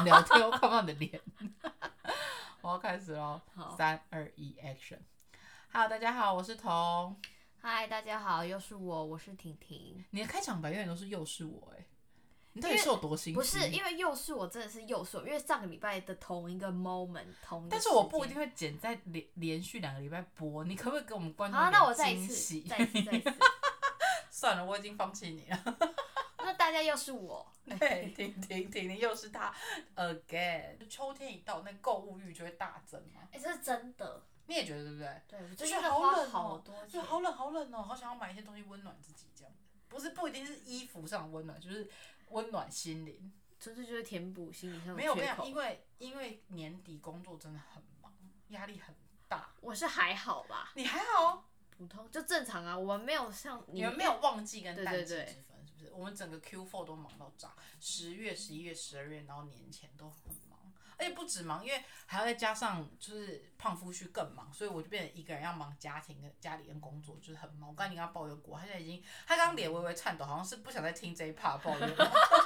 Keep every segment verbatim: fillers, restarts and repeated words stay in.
聊天，我看不到你的脸。我要开始喽，三二一 ，Action！Hello， 大家好，我是彤。 嗨，大家好，又是我，我是婷婷。 你的开场白永远都是又是我哎，你到底是有多心机？ 不是，因为又是我，真的是又是我，因为上个礼拜的同一个 moment， 同一个但是我不一定会剪在连连续两个礼拜播，你可不可以给我们观众好，那我再一一次， 点再一次，再一次。 算了，我已经放弃你了。 那大家又是我。 对，停停停，你又是他 again。秋天一到，那购物欲就会大增嘛。 哎、欸，这是真的。 你也觉得对不对？ 对，我就觉得好冷哦， 就好冷好冷哦，好想要买一些东西温暖自己，这样不是不一定是衣服上的温暖，就是温暖心灵。 纯粹就是填补心理上的缺口。 没有，我跟你讲，因为因为年底工作真的很忙，压力很大。 我是还好吧？ 你还好？ 普通就正常啊，我们没有像你们没有旺季跟淡季之分， 对对对， 是不是？我们整个 Q 四 都忙到炸，十月、十一月、十二月，然后年前都很忙，而且不止忙，因为还要再加上就是胖夫婿更忙，所以我就变成一个人要忙家庭跟家里跟工作，就是很忙。我刚才你跟他抱怨过，他现在已经，他刚刚脸微微颤抖，好像是不想再听这一 part 抱怨。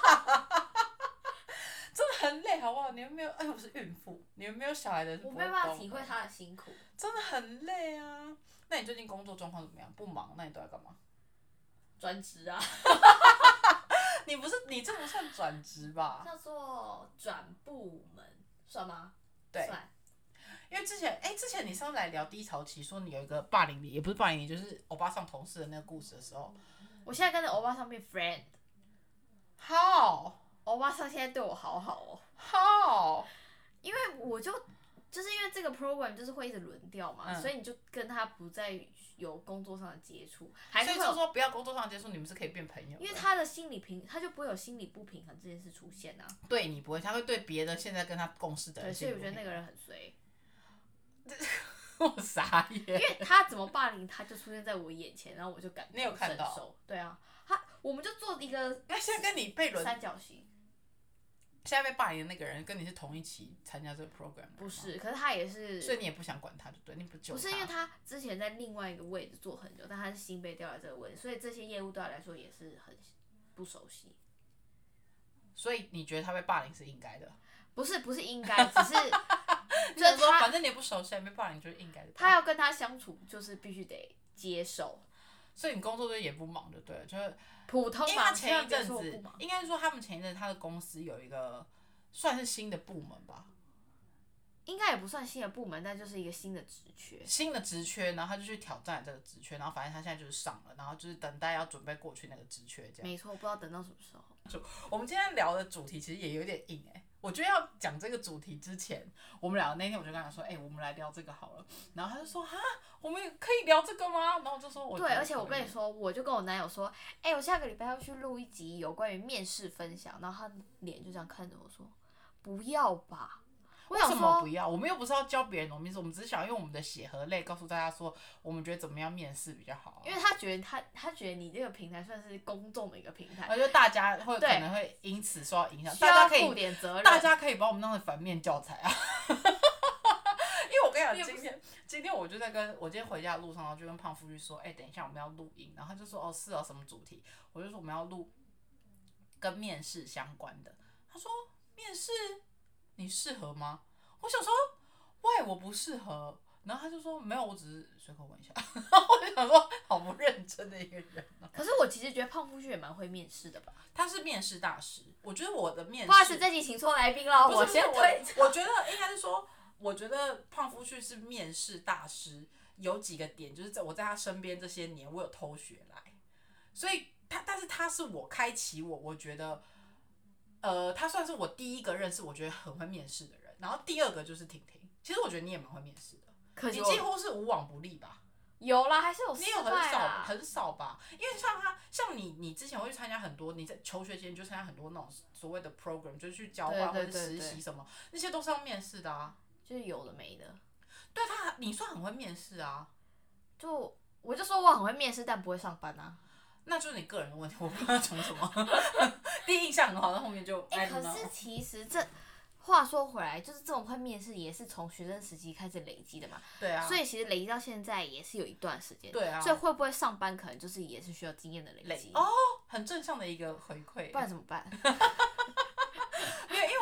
真的很累，好不好？你们没有，哎，我是孕妇，你们没有小孩的， 我没办法体会他的辛苦， 真的很累啊。那你最近工作状况怎么样？不忙，那你都在干嘛？ 转职啊。 你不是，你这不算转职吧？ 叫做转部门，算吗？ 对， 算。 因为之前，哎、欸，之前你上次来聊低潮期，说你有一个霸凌你，也不是霸凌你，就是欧巴桑同事的那个故事的时候， 我现在跟着欧巴桑变 friend。 好。 欧巴桑现在对我好好哦。 好。 因为我就就是因为这个 program 就是会一直轮调嘛、嗯，所以你就跟他不再有工作上的接触，还是所以就说不要工作上的接触，你们是可以变朋友的。 因为他的心理平，他就不会有心理不平衡这件事出现啊。 对你不会，他会对别的现在跟他共事的人。 对，所以我觉得那个人很衰。 我傻眼。 因为他怎么霸凌他，就出现在我眼前，然后我就感同身受。 你有看到？ 对啊，他我们就做一个。 那现在跟你被轮三角形。 现在被霸凌的那个人跟你是同一期参加这个 program 不是，可是他也是， 所以你也不想管他，就对，你不救他。 不是因为他之前在另外一个位置做很久，但他是新被调来这个位置，所以这些业务对他来说也是很不熟悉。 所以你觉得他被霸凌是应该的？ 不是，不是应该，只是就是说，反正你也不熟悉，被霸凌就是应该的。 他要跟他相处，就是必须得接受。 所以你工作就也不忙就对了，就是普通吧。 因为他前一阵子，应该是说他们前一阵他的公司有一个算是新的部门吧， 应该也不算新的部门，但就是一个新的职缺。 新的职缺，然后他就去挑战这个职缺，然后反正他现在就是上了，然后就是等待要准备过去那个职缺这样。 没错，不知道等到什么时候。 我们今天聊的主题其实也有点硬哎、欸。我觉得要讲这个主题之前，我们两个那天我就跟他说，哎、欸，我们来聊这个好了。然后他就说，哈，我们可以聊这个吗？然后我就说我， 对，而且我跟你说，我就跟我男友说，哎、欸，我下个礼拜要去录一集有关于面试分享，然后他脸就这样看着我说，不要吧。 为什么不要？我们又不是要教别人怎么面试，我们只是想用我们的血和泪告诉大家说，我们觉得怎么样面试比较好、啊。 因为他觉得他他觉得你这个平台算是公众的一个平台， 我觉得大家会可能会因此受到影响， 大家可以负点责任， 大家可以把我们当成反面教材啊。因为我跟你讲，今天今天我就在跟我今天回家的路上，然后就跟胖夫婿说，哎、欸，等一下我们要录音，然后他就说，哦，是哦，什么主题？我就说我们要录跟面试相关的。他说面试你适合吗？我想说，喂，我不适合。然后他就说没有，我只是随口问一下。我就想说，好不认真的一个人、啊。 可是我其实觉得胖夫婿也蛮会面试的吧？ 他是面试大师，我觉得我的面试。 不好意思，这集请错来宾了，我先退场。 我觉得应该是说，我觉得胖夫婿是面试大师，有几个点就是在我在他身边这些年，我有偷学来，所以他，但是他是我开启我，我觉得，呃，他算是我第一个认识我觉得很会面试的人，然后第二个就是婷婷，其实我觉得你也蛮会面试的，可你几乎是无往不利吧？ 有啦，还是有失败啊。 你有很少很少吧？因为像他，像你，你之前会去参加很多，你在求学期间就参加很多那种所谓的 program， 就是去交换或者实习什么，那些都是要面试的啊。 就是有的没的。 对他，你算很会面试啊。 就我就说我很会面试，但不会上班啊。 那就是你个人的问题，我不知道讲什么。第一印象很好，但后面就哎、 欸，可是其实这。话说回来，就是这种会面试也是从学生时期开始累积的嘛。 对啊。 所以其实累积到现在也是有一段时间。 对啊。 所以会不会上班，可能就是也是需要经验的累积。 哦，很正向的一个回馈。 不然怎么办？ 因为因为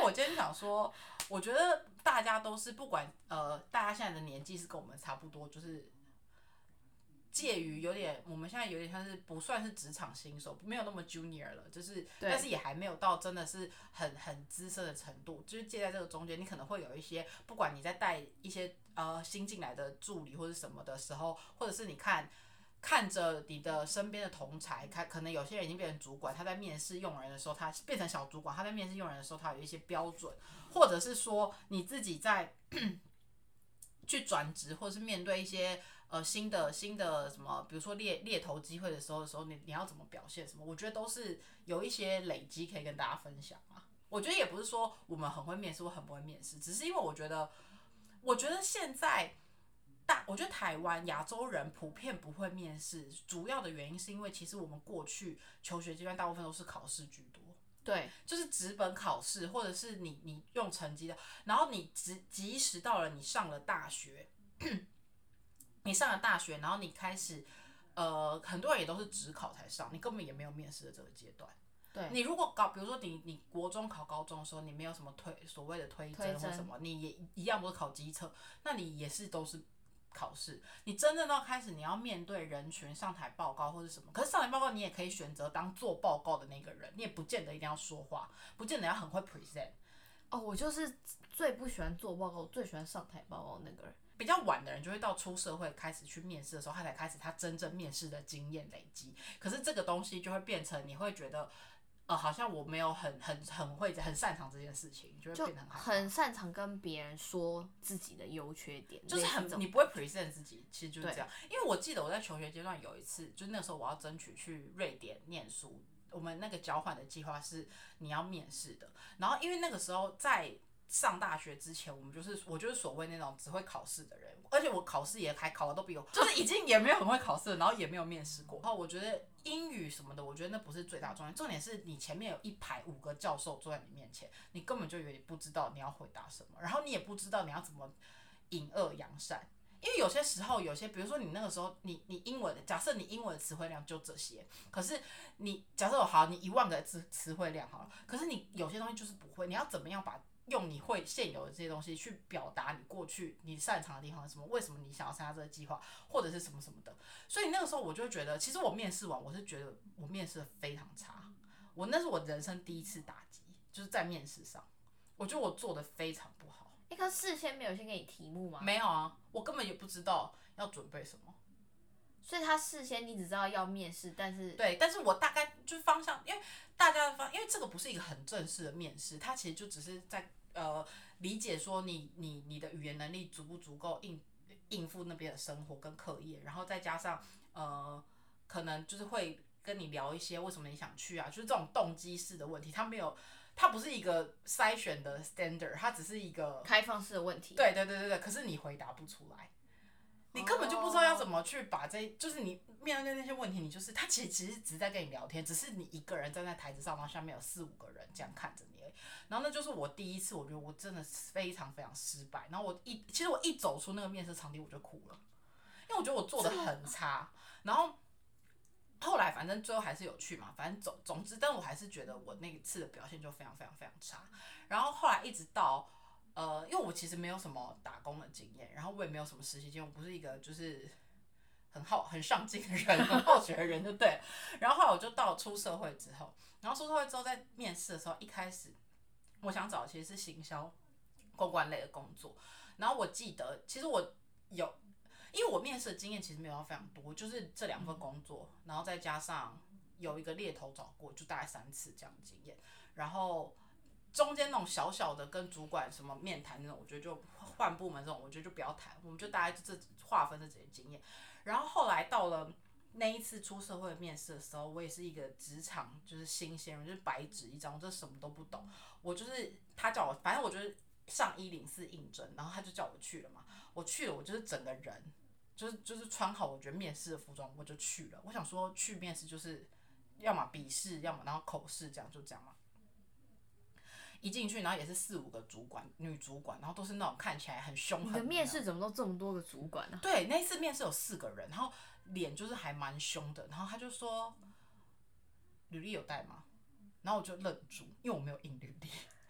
为我今天想说，我觉得大家都是不管呃，大家现在的年纪是跟我们差不多，就是介于有点，我们现在有点像是不算是职场新手，没有那么 junior 了，就是但是也还没有到真的是很很资深的程度，就是介在这个中间，你可能会有一些，不管你在带一些呃新进来的助理或者什么的时候，或者是你看。看着你的身边的同才，看可能有些人已经变成主管，他在面试用人的时候，他变成小主管，他在面试用人的时候，他有一些标准，或者是说你自己在去转职，或者是面对一些呃新的新的什么，比如说猎猎头机会的时候的时候，你你要怎么表现什么？我觉得都是有一些累积可以跟大家分享啊。我觉得也不是说我们很会面试或很不会面试，只是因为我觉得，我觉得现在。大，我觉得台湾亚洲人普遍不会面试，主要的原因是因为其实我们过去求学阶段大部分都是考试居多， 对， 就是纸本考试，或者是你你用成绩的，然后你即即使到了你上了大学，你上了大学，然后你开始，呃，很多人也都是只考才上，你根本也没有面试的这个阶段。 对， 你如果搞，比如说你你国中考高中的时候，你没有什么推所谓的推甄或什么，你也一样都是考基测，那你也是都是。考试，你真正到开始你要面对人群上台报告或者什么，可是上台报告你也可以选择当做报告的那个人，你也不见得一定要说话，不见得要很会 present。 哦，我就是最不喜欢做报告，我最喜欢上台报告那个人。 比较晚的人就会到出社会开始去面试的时候，他才开始他真正面试的经验累积。可是这个东西就会变成你会觉得。呃，好像我没有很很很会很擅长这件事情，就会变得很很擅长跟别人说自己的优缺点， 就是很你不会 present 自己，其实就是这样。因为我记得我在求学阶段有一次，就是那个时候我要争取去瑞典念书，我们那个交换的计划是你要面试的，然后因为那个时候在上大学之前，我们就是我就是所谓那种只会考试的人，而且我考试也还考的都比我，就是已经也没有很会考试，然后也没有面试过。然后我觉得英语什么的，我觉得那不是最大重点，重点是你前面有一排五个教授坐在你面前，你根本就有点不知道你要回答什么，然后你也不知道你要怎么引恶扬善。因为有些时候，有些比如说你那个时候，你你英文，假设你英文的词汇量就这些，可是你假设有好，你一万个词词汇量好了，可是你有些东西就是不会，你要怎么样把用你会现有的这些东西去表达你过去你擅长的地方是什么？为什么你想要参加这个计划，或者是什么什么的？所以那个时候我就觉得，其实我面试完，我是觉得我面试的非常差，我那是我人生第一次打击，就是在面试上，我觉得我做的非常不好。 一个事先没有先给你题目吗？ 没有啊，我根本也不知道要准备什么。 所以他事先你只知道要面试，但是对，但是我大概就是方向，因为大家的方，因为这个不是一个很正式的面试，它其实就只是在呃理解说你你你的语言能力足不足够应应付那边的生活跟课业，然后再加上呃可能就是会跟你聊一些为什么你想去啊，就是这种动机式的问题，它没有。它不是一个筛选的 standard， 它只是一个开放式的问题。 对对对对对，可是你回答不出来。你根本就不知道要怎么去把这，就是你面对那些问题，你就是他其实其实只是在跟你聊天，只是你一个人站在台子上，然后下面有四五个人这样看着你而已。然后那就是我第一次，我觉得我真的非常非常失败。然后我一其实我一走出那个面试场地，我就哭了，因为我觉得我做的很差。然后后来反正最后还是有去嘛，反正总总之，但我还是觉得我那一次的表现就非常非常非常差。然后后来一直到。呃，因为我其实没有什么打工的经验，然后我也没有什么实习经验，我不是一个就是很好很上进的人，很好学的人，就对了。然后后来我就到出社会之后，然后出社会之后在面试的时候，一开始我想找的其实是行销、公关类的工作。然后我记得，其实我有，因为我面试的经验其实没有非常多，就是这两份工作，然后再加上有一个猎头找过，就大概三次这样的经验，然后。中间那种小小的跟主管什么面谈那种，我觉得就换部门这种，我觉得就不要谈，我们就大概就这划分这几些经验。然后后来到了那一次出社会面试的时候，我也是一个职场就是新鲜人，就是白纸一张，我这什么都不懂。我就是他叫我，反正我就是上一零四应征，然后他就叫我去了嘛。我去了，我就是整个人就是就是穿好我觉得面试的服装，我就去了。我想说去面试就是要么笔试，要么然后口试，这样就这样嘛。一进去，然后也是四五个主管、女主管，然后都是那种看起来很凶狠的。 你的面试怎么都这么多个主管呢、啊？ 对，那一次面试有四个人，然后脸就是还蛮凶的，然后他就说：“履历有带吗？”然后我就愣住，因为我没有印履历。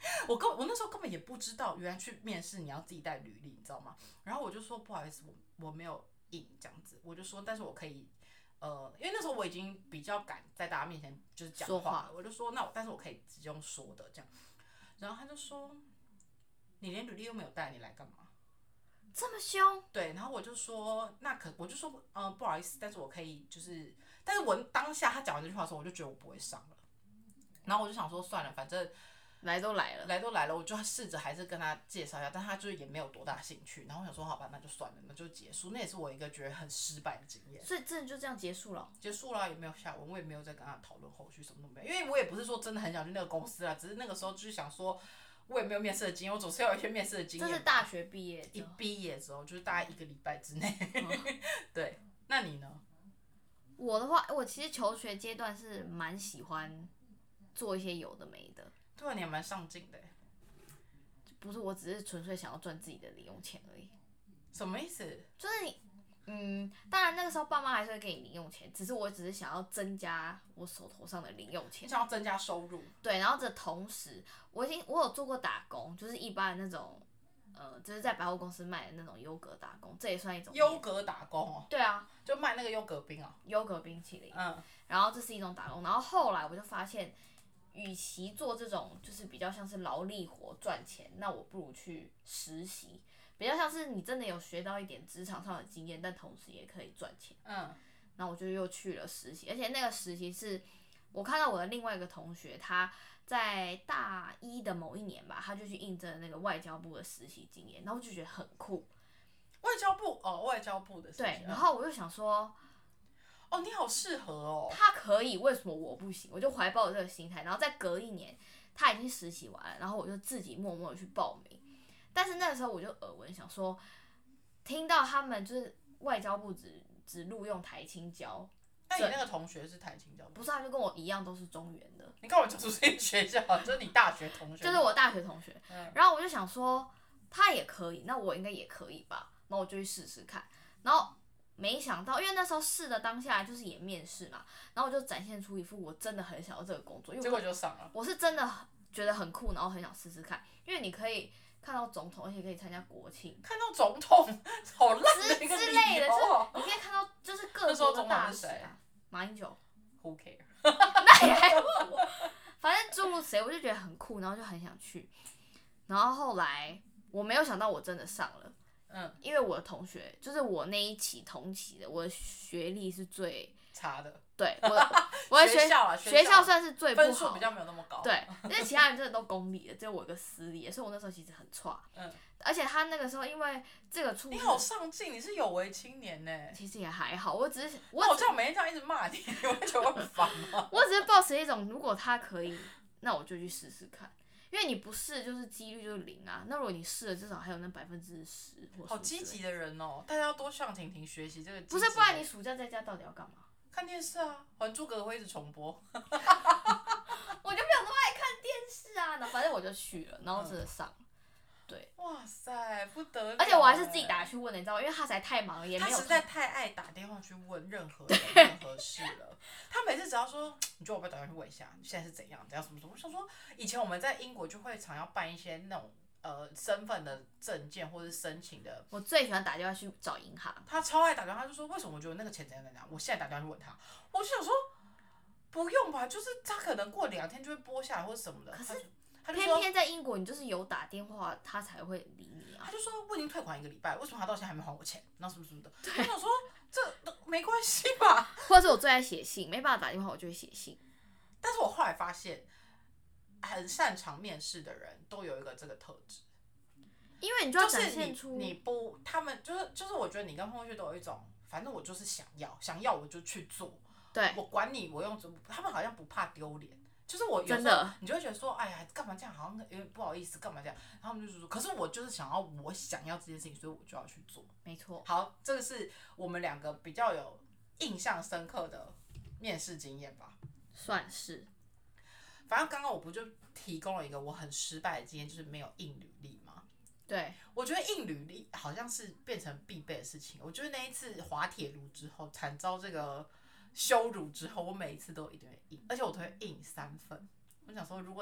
我根我那时候根本也不知道，原来去面试你要自己带履历，你知道吗？然后我就说不好意思，我我没有印这样子，我就说，但是我可以，呃，因为那时候我已经比较敢在大家面前就是讲话了，我就说那我，但是我可以直接用说的这样。然后他就说，你连履历都没有带，你来干嘛？ 这么凶？ 对，然后我就说，那可我就说，呃，不好意思，但是我可以就是，但是我当下他讲完这句话的时候，我就觉得我不会上了。然后我就想说算了，反正来都来了， 来都来了，我就试着还是跟他介绍一下，但他就是也没有多大兴趣。然后我想说好吧，那就算了，那就结束。那也是我一个觉得很失败的经验。 所以真的就这样结束了？ 结束了，也没有下文，我也没有再跟他讨论后续什么都没有，因为我也不是说真的很想去那个公司啦，只是那个时候就是想说，我也没有面试的经验，我总是要有一些面试的经验。 这是大学毕业， 一毕业之后就是大概一个礼拜之内。嗯、对，那你呢？ 我的话，我其实求学阶段是蛮喜欢做一些有的没的。 对啊，你还蛮上进的。 不是，我只是纯粹想要赚自己的零用钱而已。 什么意思？ 就是你，嗯，当然那个时候爸妈还是会给你零用钱，只是我只是想要增加我手头上的零用钱。 你想要增加收入？ 对，然后这同时，我已经我有做过打工，就是一般的那种，呃，就是在百货公司卖的那种优格打工，这也算一种。 优格打工哦。 对啊， 就卖那个优格冰啊。 优格冰淇淋。 嗯。 然后这是一种打工，然后后来我就发现。与其做这种就是比较像是劳力活赚钱，那我不如去实习，比较像是你真的有学到一点职场上的经验，但同时也可以赚钱。 嗯， 然后我就又去了实习，而且那个实习是我看到我的另外一个同学，他在大一的某一年吧，他就去应征那个外交部的实习经验，然后我就觉得很酷。 外交部哦，外交部的实习。 对，然后我就想说。 哦，你好适合哦。 他可以，为什么我不行？我就怀抱着这个心态，然后再隔一年，他已经实习完了，然后我就自己默默的去报名。但是那个时候我就耳闻想说，听到他们就是外交部只只录用台清交。 那你那个同学是台清交？ 不是，他就跟我一样都是中原的。 你跟我讲出这些学校，就是你大学同学。 就是我大学同学。 嗯、 然后我就想说，他也可以，那我应该也可以吧？那我就去试试看。然后。没想到，因为那时候试的当下就是也面试嘛，然后我就展现出一副我真的很想要这个工作，因为结果就上了。 我是真的觉得很酷，然后很想试试看，因为你可以看到总统，而且可以参加国庆。 看到总统，好烂的一个理由。 之类的，就是你可以看到就是各国的大使啊，马英九。 Who care？ 那也还问我，反正诸如此类，我就觉得很酷，然后就很想去。然后后来我没有想到我真的上了。 嗯， 因为我的同学就是我那一期同期的，我的学历是最差的。 对，我的我的学校啊， 学校算是最不好， 分数比较没有那么高。 对，因为其他人真的都公立的，只有我一个私立的，所以我那时候其实很差。 嗯。 而且他那个时候因为这个出， 你好上进，你是有为青年呢。 其实也还好，我只是我我这样每天这样一直骂你，你会觉得我很烦吗？ 我只是抱持一种，如果他可以，那我就去试试看。因为你不试就是几率就是零啊，那如果你试了，至少还有那百分之十或好积极的人哦，大家要多向婷婷学习这个。 不是，不然你暑假在家到底要干嘛？ 看电视啊，《还珠格格》会一直重播。 我就没有那么爱看电视啊，那反正我就去了，然后真的上了。嗯、对。 哇塞，不得了！ 而且我还是自己打去问的，你知道吗？因为他实在太忙了，也没有。 他实在太爱打电话去问任何人任何事了。他每次只要说，你觉得我要不要打电话去问一下，你现在是怎样，怎样什么什么？我想说，以前我们在英国就会常要办一些那种呃身份的证件或是申请的。 我最喜欢打电话去找银行。 他超爱打电话，他就说为什么我觉得那个钱怎样怎样，我现在打电话去问他，我就想说不用吧，就是他可能过两天就会拨下来或者什么的。 可是他偏偏在英国，你就是有打电话，他才会理你啊。 他就说我已经退款一个礼拜，为什么他到现在还没还我钱？然后什么什么的。我想说这没关系吧。 或者是我最爱写信，没办法打电话，我就会写信。 但是我后来发现，很擅长面试的人都有一个这个特质， 因为你就要展现出、 就是、你, 你不，他们就是就是，我觉得你跟同学都有一种，反正我就是想要，想要我就去做， 对， 我管你我用怎么，他们好像不怕丢脸。就是我有时候你就会觉得说，哎呀，干嘛这样，好像有点不好意思，干嘛这样？然后他们就是说，可是我就是想要，我想要这件事情，所以我就要去做。 没错。 好，这个是我们两个比较有印象深刻的面试经验吧。 算是。 反正刚刚我不就提供了一个我很失败的经验，就是没有印履历吗？ 对。 我觉得印履历好像是变成必备的事情。我觉得那一次滑铁卢之后，惨遭这个羞辱之后，我每一次都一定会印，而且我都会印三份。我想说，如果你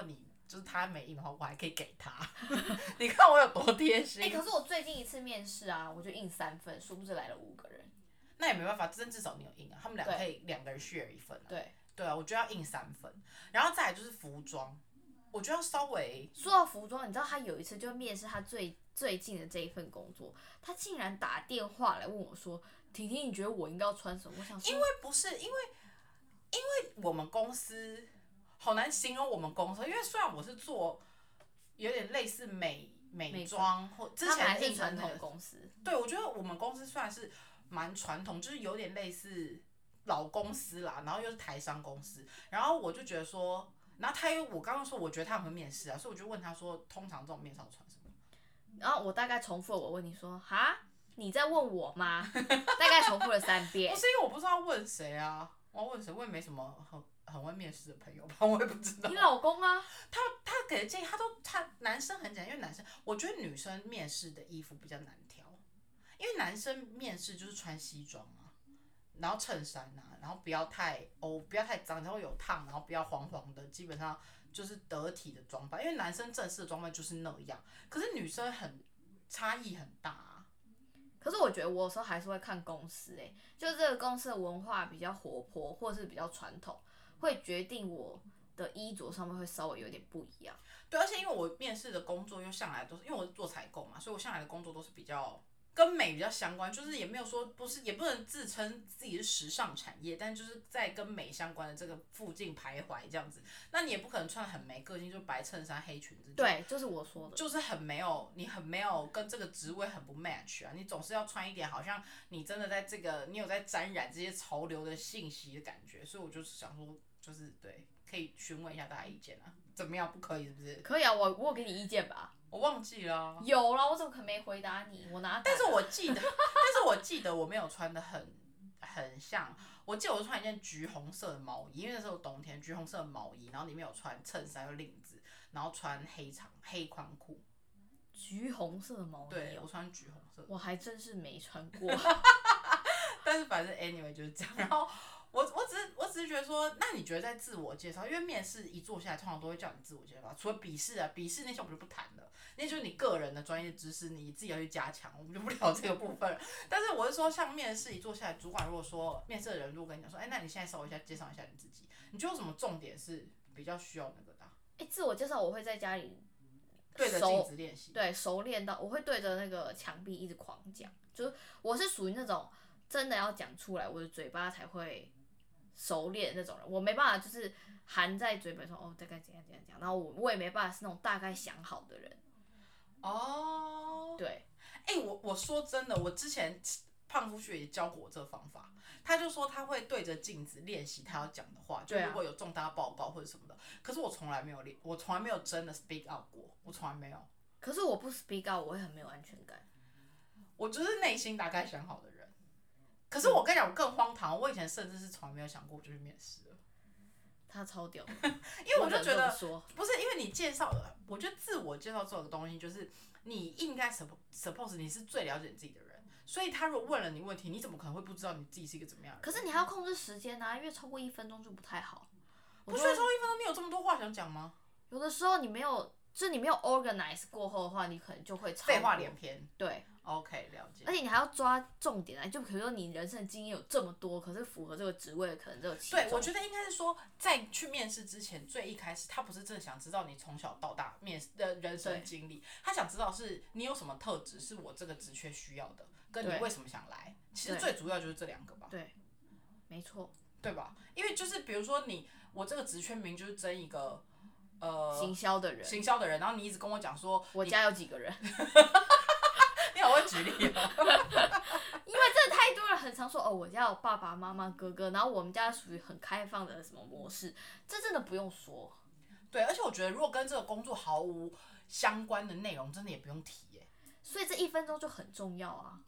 就是他没印的话，我还可以给他。你看我有多贴心。 哎、欸，可是我最近一次面试啊，我就印三份，殊不知来了五个人。 那也没办法，真至少你有印啊，他们两个可以两个人 share 一份啊。 对。 对啊，我觉得要印三份，然后再来就是服装，我觉得要稍微。 说到服装，你知道他有一次就面试他最最近的这一份工作，他竟然打电话来问我说：“婷婷，你觉得我应该要穿什么？”我想说， 因为不是因为，因为我们公司好难形容我们公司，因为虽然我是做有点类似美美妆或之前还是传统公司， 对，我觉得我们公司虽然是蛮传统，就是有点类似老公司啦，然后又是台商公司，然后我就觉得说，然后他又我刚刚说我觉得他很会面试啊，所以我就问他说，通常这种面试要穿什么？ 然后我大概重复了我问你说，哈，你在问我吗？大概重复了三遍。 不是因为我不知道问谁啊，我要问谁？我也没什么很很会面试的朋友吧，我也不知道。 你老公啊？ 他他给的建议，他都他男生很简单，因为男生我觉得女生面试的衣服比较难挑，因为男生面试就是穿西装啊，然后衬衫啊，然后不要太哦不要太脏，然后有烫，然后不要黄黄的，基本上就是得体的装扮，因为男生正式的装扮就是那样，可是女生很差异很大啊。 可是我觉得我有时候还是会看公司、欸，就这个公司的文化比较活泼，或是比较传统，会决定我的衣着上面会稍微有点不一样。 对，而且因为我面试的工作又向来都是，因为我是做采购嘛，所以我向来的工作都是比较跟美比较相关，就是也没有说不是，也不能自称自己是时尚产业，但就是在跟美相关的这个附近徘徊这样子。那你也不可能穿得很没个性，就白衬衫黑裙子。 对，就是我说的， 就是很没有，你很没有跟这个职位很不 match 啊。你总是要穿一点，好像你真的在这个，你有在沾染这些潮流的信息的感觉。所以我就是想说，就是对，可以询问一下大家意见啊，怎么样？不可以是不是？ 可以啊，我我有给你意见吧？ 我忘记了、啊。 有啦，我怎么可能没回答你？我哪？ 但是我记得，但是我记得我没有穿的很很像。我记得我穿一件橘红色的毛衣，因为那时候冬天，橘红色的毛衣，然后里面有穿衬衫有领子，然后穿黑长黑宽裤。 橘红色的毛衣、喔。 对，我穿橘红色。 我还真是没穿过。 但是反正 anyway 就是这样，然后。我我只是我只是觉得说，那你觉得在自我介绍，因为面试一坐下来，通常都会叫你自我介绍，除了笔试啊，笔试那些我们就不谈了，那就是你个人的专业知识，你自己要去加强，我们就不聊这个部分了。但是我是说，像面试一坐下来，主管如果说面试的人如果跟你讲说，哎、欸，那你现在稍微一下介绍一下你自己，你觉得有什么重点是比较需要那个的、啊？ 哎、欸，自我介绍我会在家里对着镜子练习， 对，熟练到我会对着那个墙壁一直狂讲，就是我是属于那种真的要讲出来，我的嘴巴才会。熟练那种人，我没办法，就是含在嘴边说哦，大概怎样怎样怎样，然后我我也没办法是那种大概想好的人。 哦， 对， 哎、欸，我我说真的，我之前胖夫婿也教过我这个方法，他就说他会对着镜子练习他要讲的话，就如果有重大报告或者什么的，可是我从来没有练，我从来没有真的 speak out 过，我从来没有。 可是我不 speak out，我会很没有安全感。 我就是内心大概想好的人。可是我跟你讲，我更荒唐，我以前甚至是从来没有想过我就去面试了。 他超屌的， 因为我就觉得不是因为你介绍，我觉得自我介绍这种东西，就是你应该 suppose 你是最了解你自己的人，所以他如果问了你问题，你怎么可能会不知道你自己是一个怎么样的人？ 可是你还要控制时间啊，因为超过一分钟就不太好。 不是超过一分钟，你有这么多话想讲吗？ 有的时候你没有，就是你没有 organize 过后的话，你可能就会超废话连篇。 对。 OK， 了解。 而且你还要抓重点啊，就比如说你人生经验有这么多，可是符合这个职位的可能只有其中。 对，我觉得应该是说，在去面试之前，最一开始他不是真的想知道你从小到大面的人生经历，他想知道是你有什么特质是我这个职缺需要的，跟你为什么想来。其实最主要就是这两个吧。 对，没错。 对吧？因为就是比如说你，我这个职缺明明就是争一个呃行销的人， 行销的人，然后你一直跟我讲说， 我家有几个人。 你好会举例啊！ 因为真的太多人很常说哦，我家有爸爸妈妈哥哥，然后我们家属于很开放的什么模式，这真的不用说。 对，而且我觉得如果跟这个工作毫无相关的内容，真的也不用提耶。 所以这一分钟就很重要啊。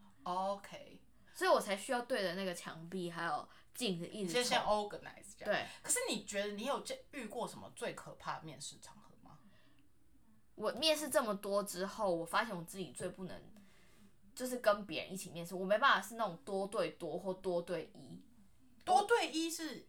OK。 所以我才需要对着那个墙壁还有镜子一直。 先先 organize 这样。 对。 可是你觉得你有遇过什么最可怕的面试场合？ 我面试这么多之后，我发现我自己最不能就是跟别人一起面试，我没办法是那种多对多或多对一。 多对一是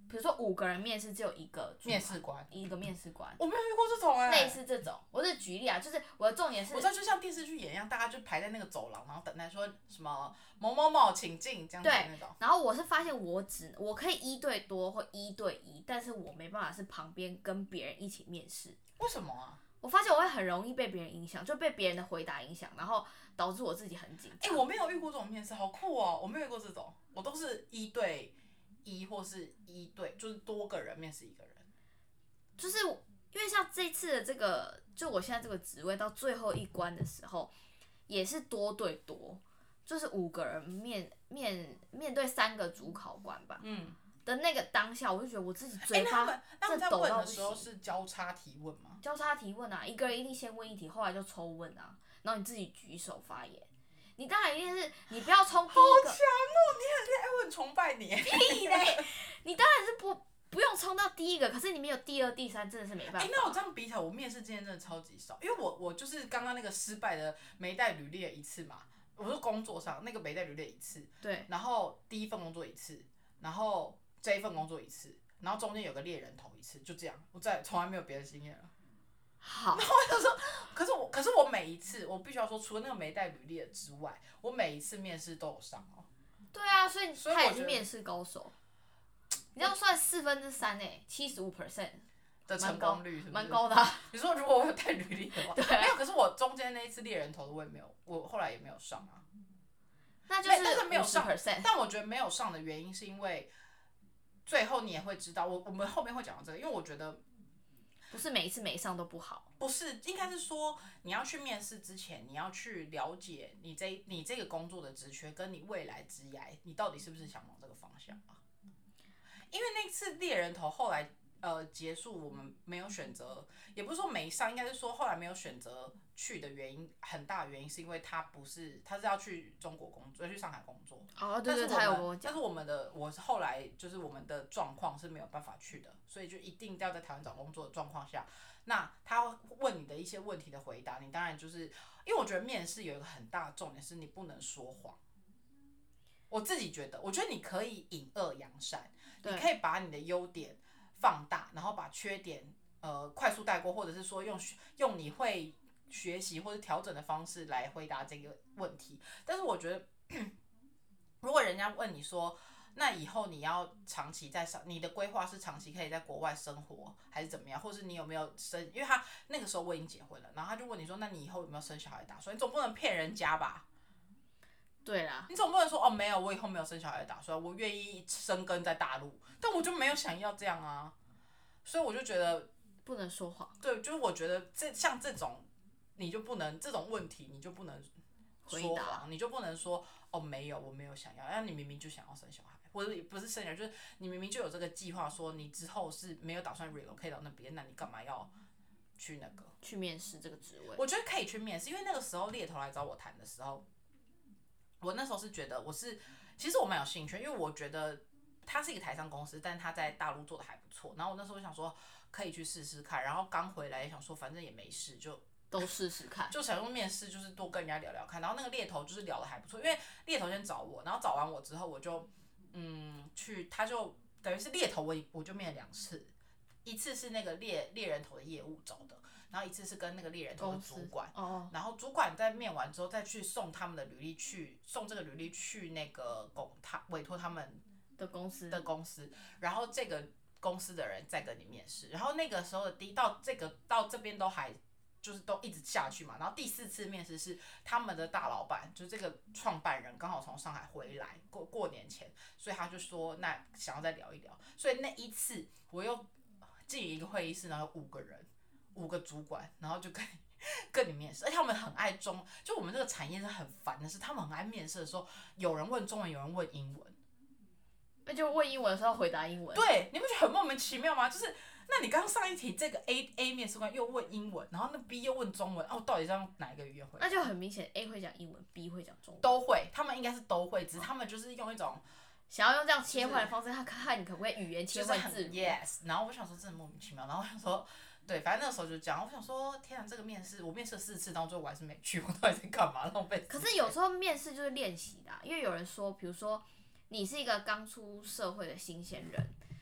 比如说五个人面试，只有一个面试官， 一个面试官。 我没有遇过这种哎、 欸。类似这种，我是举例啊，就是我的重点是， 我知道就像电视剧演一样，大家就排在那个走廊，然后等待说什么某某某请进这样子的那种。 对，然后我是发现我只我可以一对多或一对一，但是我没办法是旁边跟别人一起面试。 为什么啊？ 我发现我会很容易被别人影响，就被别人的回答影响，然后导致我自己很紧张。 哎、欸，我没有遇过这种面试，好酷哦！我没有遇过这种，我都是一对一或是一对，就是多个人面试一个人。 就是因为像这次的这个，就我现在这个职位到最后一关的时候，也是多对多，就是五个人面面面对三个主考官吧。嗯。的那个当下，我就觉得我自己嘴巴在抖到不行。 的时候是交叉提问吗？ 交叉提问啊，一个人一定先问一题，后来就抽问啊，然后你自己举手发言。你当然一定是你不要冲第一个。 好强哦！你很厉害，我很崇拜你。 屁嘞！你当然是不不用冲到第一个，可是你没有第二、第三，真的是没办法。 哎、欸，那我这样比起来，我面试经验真的超级少，因为我我就是刚刚那个失败的没带履历的一次嘛，我是工作上那个没带履历一次， 对， 然后第一份工作一次，然后这一份工作一次，然后中间有个猎人头一次，就这样，我再从来没有别的经验了。 好， 然后我就说，可是我，可是我每一次，我必须要说，除了那个没带履历的之外，我每一次面试都有上哦。 对啊，所以他也是面试高手。你这样算四分之三诶，七十五 percent 的成功率是不是？ 蛮高的、啊。 你说如果我有带履历的话， 对， 没有。可是我中间那一次猎人头的我也没有，我后来也没有上啊。 那就是但是没有上百分之五十。 但我觉得没有上的原因是因为，最后你也会知道，我我们后面会讲到这个，因为我觉得。 不是每一次没上都不好， 不是，应该是说你要去面试之前，你要去了解你这你这个工作的职缺跟你未来职涯，你到底是不是想往这个方向啊？因为那次猎人头后来呃结束，我们没有选择，也不是说没上，应该是说后来没有选择去的原因，很大的原因是因为他不是他是要去中国工作，要去上海工作。 哦，对对，他有跟我讲。 但是我们的我后来就是我们的状况是没有办法去的，所以就一定要在台湾找工作的状况下，那他问你的一些问题的回答，你当然就是因为我觉得面试有一个很大的重点是你不能说谎。我自己觉得，我觉得你可以隐恶扬善，你可以把你的优点放大，然后把缺点呃快速带过，或者是说用用你会学习或者调整的方式来回答这个问题。但是我觉得，如果人家问你说，那以后你要长期在上，你的规划是长期可以在国外生活，还是怎么样？或是你有没有生？因为他那个时候我已经结婚了，然后他就问你说，那你以后有没有生小孩打算？你总不能骗人家吧？ 对啦， 你总不能说哦没有，我以后没有生小孩的打算，我愿意生根在大陆，但我就没有想要这样啊，所以我就觉得不能说谎。 对，就是我觉得这像这种，你就不能这种问题，你就不能说谎，你就不能说哦没有，我没有想要，因为你明明就想要生小孩，或者不是生小孩，就是你明明就有这个计划，说你之后是没有打算 relocate 到那边，那你干嘛要去那个去面试这个职位？ 我觉得可以去面试，因为那个时候猎头来找我谈的时候。我那时候是觉得我是，其实我蛮有兴趣，因为我觉得他是一个台商公司，但他在大陆做的还不错。然后我那时候想说可以去试试看，然后刚回来也想说反正也没事，就都试试看， 就想用面试就是多跟人家聊聊看。然后那个猎头就是聊的还不错，因为猎头先找我，然后找完我之后我就嗯去，他就等于是猎头我我就面了两次，一次是那个猎猎人头的业务找的。然后一次是跟那个猎人头的主管， 哦、 然后主管在面完之后再去送他们的履历去送这个履历去那个公他委托他们的公司的公司，然后这个公司的人再跟你面试，然后那个时候的第一到这个到这边都还就是都一直下去嘛，然后第四次面试是他们的大老板，就是这个创办人刚好从上海回来过过年前，所以他就说那想要再聊一聊，所以那一次我又进一个会议室，然后有五个人。五个主管，然后就跟你跟你面试，而且他们很爱中，就我们这个产业是很烦的是，他们很爱面试的时候，有人问中文，有人问英文， 那就问英文的时候回答英文。 对，你不觉得很莫名其妙吗？就是，那你刚刚上一题这个 A A 面试官又问英文，然后那 B 又问中文，哦，到底是用哪一个语言回答？ 那就很明显 ，A 会讲英文 ，B 会讲中文。 都会，他们应该是都会，只是他们就是用一种。 想要用这样切换的方式，他看你可不可以语言切换自如。 就是、yes， 然后我想说真的莫名其妙，然后我想说。对，反正那个时候就这样。我想说，天啊，这个面试我面试了四次，到最后我还是没去，我到底在干嘛？浪费。 可是有时候面试就是练习的、啊，因为有人说，比如说你是一个刚出社会的新鲜人，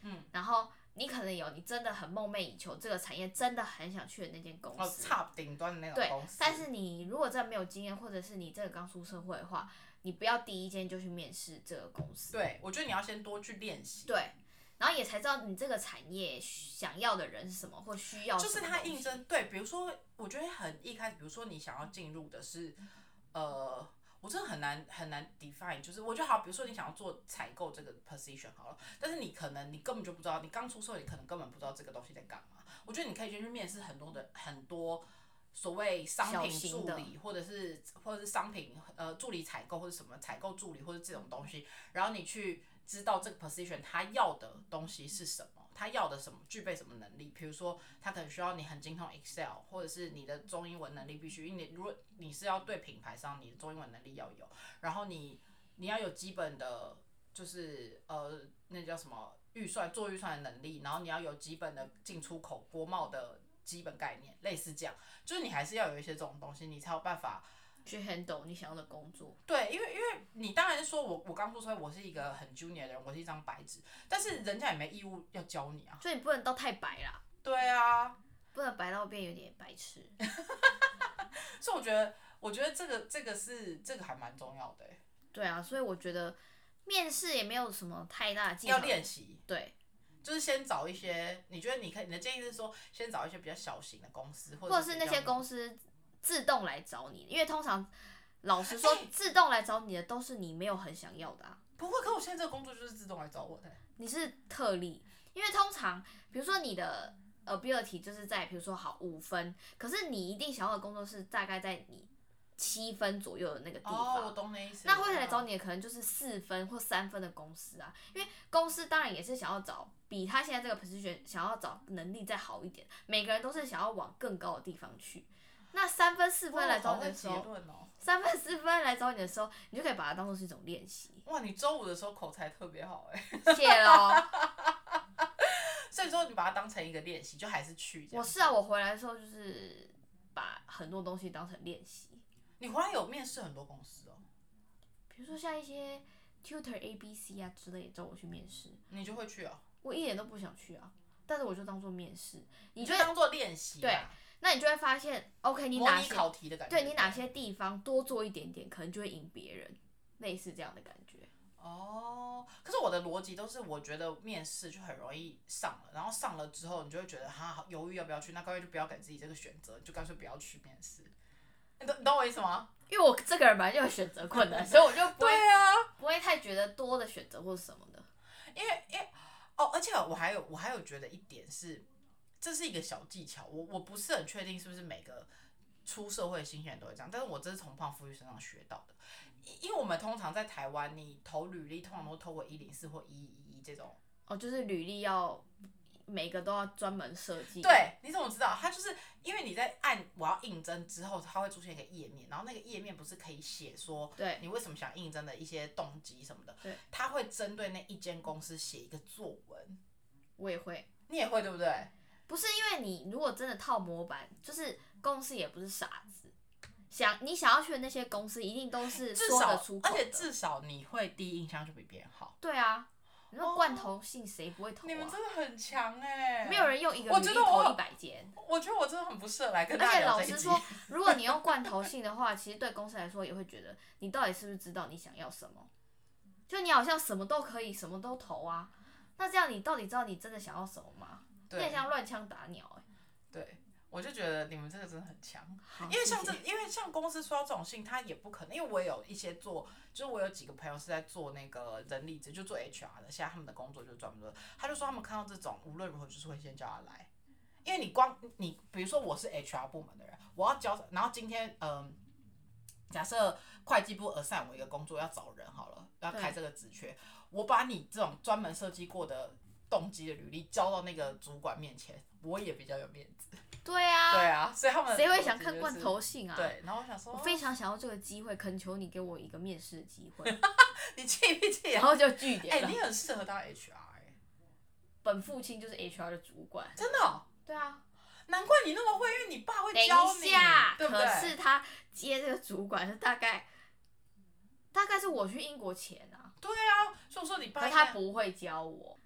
嗯，然后你可能有你真的很梦寐以求这个产业，真的很想去的那间公司， 哦，差顶端的那种公司。 对，但是你如果真的没有经验，或者是你真的刚出社会的话，你不要第一间就去面试这个公司。 对，我觉得你要先多去练习。 对。然后也才知道你这个产业想要的人是什么，或需要什么。 就是他应征，对，比如说，我觉得很一开始，比如说你想要进入的是，呃，我真的很难很难 define， 就是我觉得好，比如说你想要做采购这个 position 好了，但是你可能你根本就不知道，你刚出社会，你可能根本不知道这个东西在干嘛。我觉得你可以先去面试很多的很多所谓商品助理，或者是或者是商品呃助理采购或者什么采购助理或者这种东西，然后你去知道这个 position 他要的东西是什么，他要的什么，具备什么能力。比如说，他可能需要你很精通 Excel， 或者是你的中英文能力必须，因为你如果你是要对品牌商，你的中英文能力要有，然后你你要有基本的，就是呃那叫什么预算做预算的能力，然后你要有基本的进出口国贸的基本概念，类似这样，就是你还是要有一些这种东西，你才有办法去 handle 你想要的工作。 对，因为因为你当然是说我我刚出社会，我是一个很 junior 的人，我是一张白纸，但是人家也没义务要教你啊。 所以你不能到太白啦。 对啊。 不能白到变有点白痴。 所以我觉得，我觉得这个这个是这个还蛮重要的。 对啊，所以我觉得面试也没有什么太大的技巧。 要练习。 对。 就是先找一些，你觉得你可以，你的建议是说，先找一些比较小型的公司，或者是那些公司自动来找你，因为通常老实说，欸、自动来找你的都是你没有很想要的啊。 不会，可我现在这个工作就是自动来找我的。 你是特例，因为通常比如说你的 ability 就是在比如说好五分，可是你一定想要的工作是大概在你七分左右的那个地方。 哦，我懂你意思。 那会来找你的可能就是四分或三分的公司啊，因为公司当然也是想要找比他现在这个 position 想要找能力再好一点，每个人都是想要往更高的地方去。那三分四分来找你的时候， 哦、 三分四分来找你的时候，你就可以把它当做是一种练习。 哇，你周五的时候口才特别好哎、 欸。谢喽。 所以说你把它当成一个练习，就还是去这样。 我是啊，我回来的时候就是把很多东西当成练习。 你回来有面试很多公司哦？ 比如说像一些 Tutor A B C 啊之类的找我去面试， 你就会去啊？ 我一点都不想去啊，但是我就当做面试， 你就当做练习。 对，那你就会发现 ，OK， 你哪些模拟考题的感觉， 对你哪些地方多做一点点，可能就会赢别人，类似这样的感觉。 哦，可是我的逻辑都是，我觉得面试就很容易上了，然后上了之后，你就会觉得哈犹豫要不要去，那干脆就不要给自己这个选择，就干脆不要去面试。你懂你懂我意思吗？ 因为我这个人本来就有选择困难，所以我就不会对啊， 不会太觉得多的选择或什么的。 因为因为哦，而且我还有我还有觉得一点是，这是一个小技巧，我我不是很确定是不是每个出社会的新鲜人都会这样，但是我这是从胖夫玉身上学到的。因为我们通常在台湾，你投履历通常都透过一零四或一一一这种。 哦，就是履历要每个都要专门设计。 对，你怎么知道？它就是因为你在按我要应征之后，它会出现一个页面，然后那个页面不是可以写说， 对， 你为什么想应征的一些动机什么的。 对， 它会针对那一间公司写一个作文。 我也会。 你也会对不对？ 不是因为你如果真的套模板，就是公司也不是傻子。想你想要去的那些公司，一定都是说得出口的， 而且至少你会第一印象就比别人好。 对啊，你说罐头信谁不会投啊？ 你们真的很强哎、欸！ 没有人用一个履历投一百间。 我觉得我真的很不适合来跟大家聊这一集。 而且老实说，如果你用罐头信的话，其实对公司来说也会觉得你到底是不是知道你想要什么？就你好像什么都可以，什么都投啊。那这样你到底知道你真的想要什么吗？有点像乱枪打鸟哎、欸。 对。我就觉得你们这个真的很强， 因为像这，因为像公司收到这种信，他也不可能，因为我也有一些做，就是我有几个朋友是在做那个人力资，就做 H R 的，现在他们的工作就专门做，他就说他们看到这种无论如何就是会先叫他来，因为你光你比如说我是 H R 部门的人，我要教，然后今天嗯、呃，假设会计部 assign 我一个工作要找人好了，要开这个职缺，我把你这种专门设计过的动机的履历交到那个主管面前，我也比较有面子。 对啊， 对啊，所以他们谁会想看罐头信啊？ 对，然后我想说， 我非常想要这个机会，恳求你给我一个面试的机会。 你气不气？ 然后就拒点了。哎、欸，你很适合当 H R 哎、欸。 本父亲就是 H R 的主管。 真的、哦？ 对啊。 难怪你那么会，因为你爸会教你。 等一下， 对不对？ 可是他接这个主管是大概，大概是我去英国前啊。 对啊，所以我说你爸。 可他不会教我。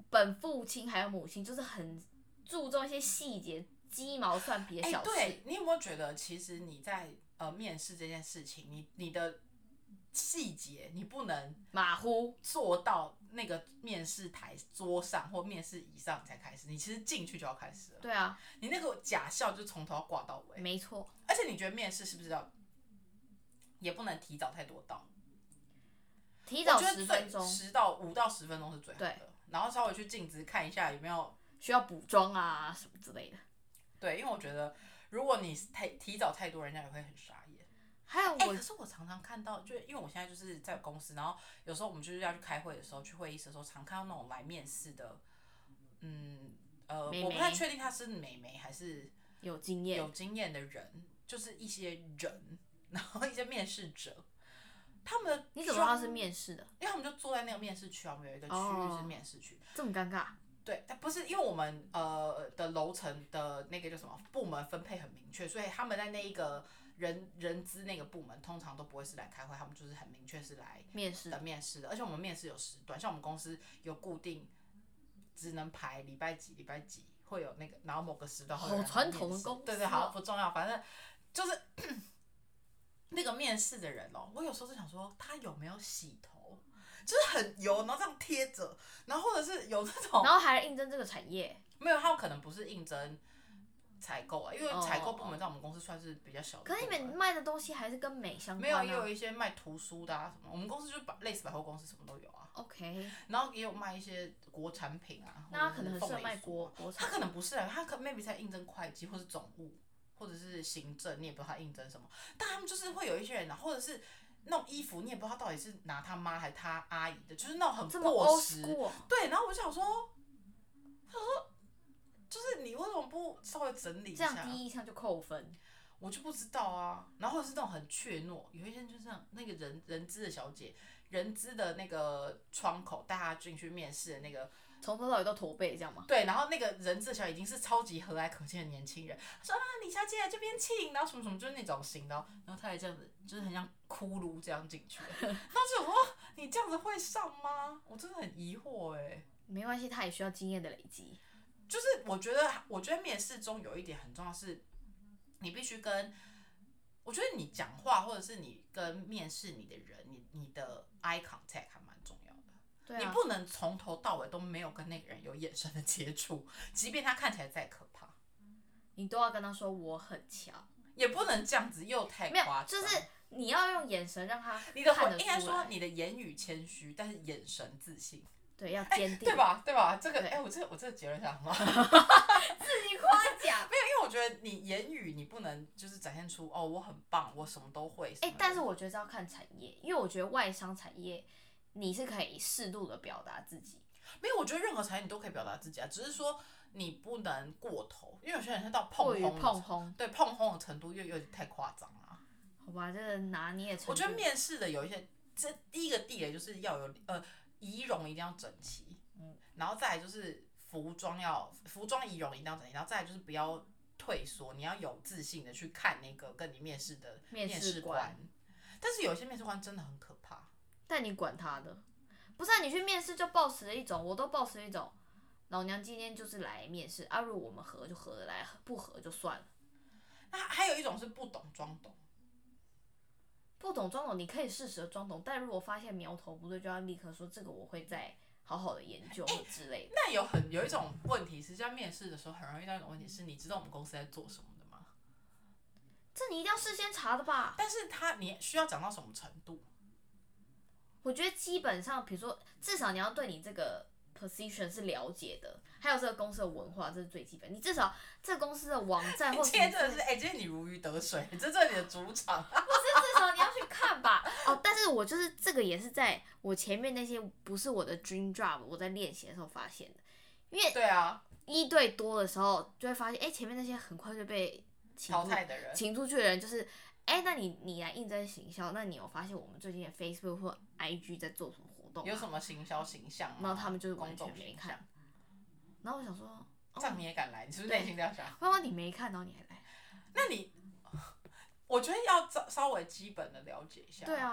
本父亲还有母亲就是很注重一些细节、鸡毛蒜皮的小事。 对，你有没有觉得，其实你在呃面试这件事情，你你的细节你不能马虎做到那个面试台桌上或面试椅上才开始，你其实进去就要开始了。 对啊， 你那个假笑就从头要挂到尾。 没错。 而且你觉得面试是不是要也不能提早太多到？ 提早十分钟， 十到五到十分钟是最好的。 对， 然后稍微去镜子看一下有没有需要补妆啊什么之类的。 对，因为我觉得如果你太提早太多，人家也会很傻眼。 还有我、 欸，可是我常常看到，就因为我现在就是在公司，然后有时候我们就是要去开会的时候，去会议室的时候，常看到那种来面试的，嗯呃， 妹妹我不太确定他是美眉还是有经验有经验的人，就是一些人，然后一些面试者。他们你怎么知道他是面试的？ 因为他们就坐在那个面试区啊，我们有一个区域是面试区。Oh, 这么尴尬？ 对，不是因为我们呃的楼层的那个叫什么部门分配很明确，所以他们在那一个人人资那个部门通常都不会是来开会，他们就是很明确是来面试的面试的。而且我们面试有时段，像我们公司有固定只能排礼拜几礼拜几会有那个，然后某个时段会有人来面试。 好传统的公司。 对对，好不重要，反正就是那个面试的人哦，我有时候就想说他有没有洗头，就是很油，然后这样贴着，然后或者是有这种， 然后还来应征这个产业。 没有，他们可能不是应征采购啊，因为采购部门在我们公司算是比较小的。 可是你们卖的东西还是跟美相关、 啊。 啊。 没有，也有一些卖图书的啊什么，我们公司就是类似百货公司什么都有啊。 OK。 然后也有卖一些国产品啊。 那他可能很适合卖国国产。 他可能不是啊，他可 maybe 在应征会计或是总务。或者是行政，你也不知道他应征什么，但他们就是会有一些人啊，或者是那种衣服，你也不知道他到底是拿他妈还是他阿姨的，就是那种很过时。对，然后我就想说，他说，就是你为什么不稍微整理一下？ 这样第一印象就扣分。 我就不知道啊，然后或者是那种很怯懦，有一些人就这样，那个人人资的小姐，人资的那个窗口带她进去面试的那个。 从头到尾都驼背这样吗？ 对，然后那个人资小已经是超级和蔼可亲的年轻人，说啊李小姐这边请，然后什么什么就是那种型的，然后他也这样子，就是很像骷髅这样进去，然后就说你这样子会上吗？我真的很疑惑哎、欸。 没关系，他也需要经验的累积。 就是我觉得，我觉得面试中有一点很重要是，你必须跟，我觉得你讲话或者是你跟面试你的人，你你的 eye contact 还蛮重要的。 对啊、 你不能从头到尾都没有跟那个人有眼神的接触，即便他看起来再可怕， 你都要跟他说我很强， 也不能这样子又太夸张。 就是你要用眼神让他看你的得出来。 应该说你的言语谦虚，但是眼神自信。 对，要坚定、 欸，对吧？对吧？这个，哎、欸，我这个我这个结论下很好。 自己夸奖。 没有，因为我觉得你言语你不能就是展现出哦我很棒，我什么都会。哎、 欸，但是我觉得这要看产业，因为我觉得外商产业。你是可以适度的表达自己， 没有，我觉得任何产业你都可以表达自己啊，只是说你不能过头，因为有些人他到碰轰， 碰轰， 对碰轰的程度又有点太夸张了。 好吧，这个拿捏程度。 我觉得面试的有一些，这第一个地雷就是要有呃仪容一定要整齐，嗯，然后再来就是服装要服装仪容一定要整齐，然后再来就是不要退缩，你要有自信的去看那个跟你面试的面试官，但是有一些面试官真的很可怕。 但你管他的，不是、啊、你去面试就抱持了一种，我都抱持一种，老娘今天就是来面试，啊，如果我们合就合得来，不合就算了。 那还有一种是不懂装懂， 不懂装懂，你可以适时的装懂，但如果发现苗头不对，就要立刻说这个我会再好好的研究或之类的。 那有很有一种问题是在面试的时候很容易遇到一种问题是，你知道我们公司在做什么的吗？ 这你一定要事先查的吧？ 但是他你需要讲到什么程度？ 我觉得基本上，比如说，至少你要对你这个 position 是了解的，还有这个公司的文化，这是最基本。你至少这个公司的网站或者今天真的是，哎、欸，今天你如鱼得水，这是你的主场。 不是，至少你要去看吧。哦，但是我就是这个也是在我前面那些不是我的 dream job， 我在练习的时候发现的。因为对啊， 一对多的时候就会发现，哎、欸，前面那些很快就被淘汰的人， 请出去的人就是。哎、欸，那你你来应征行销，那你有发现我们最近的 Facebook 或 I G 在做什么活动？ 有什么行销形象？ 然后他们就是完全没看。然后我想说，哦、 这样你也敢来？你是不是内心这样想？ 妈妈你没看，然后你还来？ 那你，我觉得要稍微基本的了解一下。 对啊。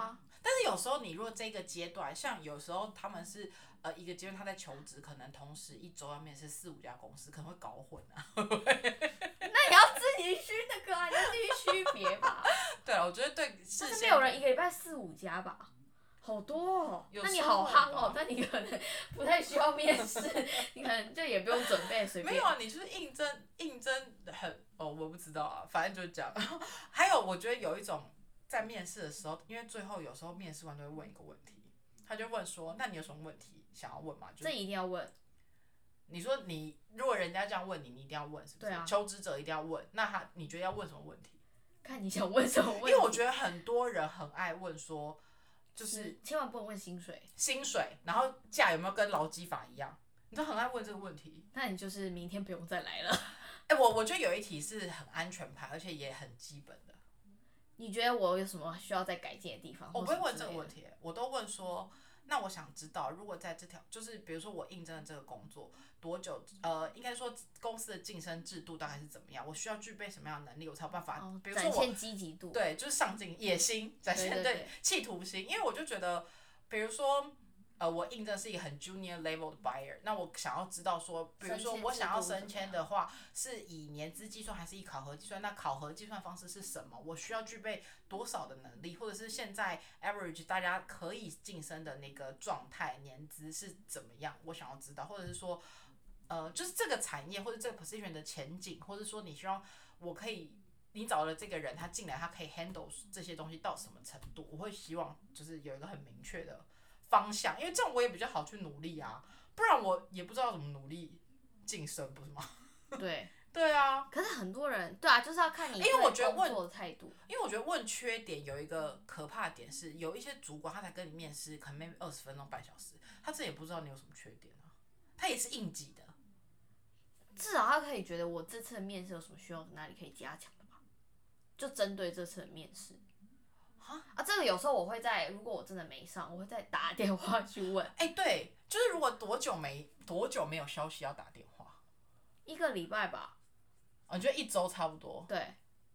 但是有时候你如果这个阶段，像有时候他们是呃一个阶段他在求职，可能同时一周要面试四五家公司，可能会搞混啊。 那你要自己区那个啊，你要自己区别吧。 对啊，我觉得对， 但是没有人一个礼拜四五家吧？好多哦，那你好夯哦，那你可能不太需要面试，你可能就也不用准备，随便。 没有啊，你就是应征应征很哦，我不知道啊，反正就是这样。还有，我觉得有一种在面试的时候，因为最后有时候面试官都会问一个问题，他就问说：“那你有什么问题想要问吗？”就是、 这一定要问。 你说你如果人家这样问你，你一定要问，是不是？ 对啊。 求职者一定要问，那他你觉得要问什么问题？ 看你想问什么问题。 因为我觉得很多人很爱问说。就是千万不能问薪水， 薪水，然后假有没有跟劳基法一样？你都很爱问这个问题。 那你就是明天不用再来了。 哎、欸，我我觉得有一题是很安全牌，而且也很基本的。 你觉得我有什么需要再改进的地方？ 我不会问这个问题，我都问说，那我想知道，如果在这条，就是比如说我应征的这个工作多久，呃，应该说公司的晋升制度大概是怎么样，我需要具备什么样的能力，我才有办法， 哦、 比如说我展现积极度， 对，就是上进、野心，展现对, 对, 对企图心，因为我就觉得，比如说。呃，我应征是一个很 junior level 的 buyer， 那我想要知道说，比如说我想要升迁的话，是以年资计算还是以考核计算？那考核计算方式是什么？我需要具备多少的能力，或者是现在 average 大家可以晋升的那个状态年资是怎么样？我想要知道，或者是说，呃，就是这个产业或者这个 position 的前景，或者说你希望我可以。你找了这个人，他进来，他可以 handle 这些东西到什么程度？我会希望就是有一个很明确的方向，因为这样我也比较好去努力啊，不然我也不知道怎么努力晋升，不是吗？ 对， 对啊。 可是很多人，对啊，就是要看你对工作的态度。 因为我觉得问缺点有一个可怕的点是，有一些主管他才跟你面试，可能 maybe 二十分钟半小时，他自己也不知道你有什么缺点啊，他也是应急的。 至少他可以觉得我这次的面试有什么需要哪里可以加强的吧，就针对这次的面试。啊，这个有时候我会在，如果我真的没上，我会再打电话去问。 哎、欸，对，就是如果多久没多久没有消息要打电话， 一个礼拜吧。 我觉得一周差不多。 对。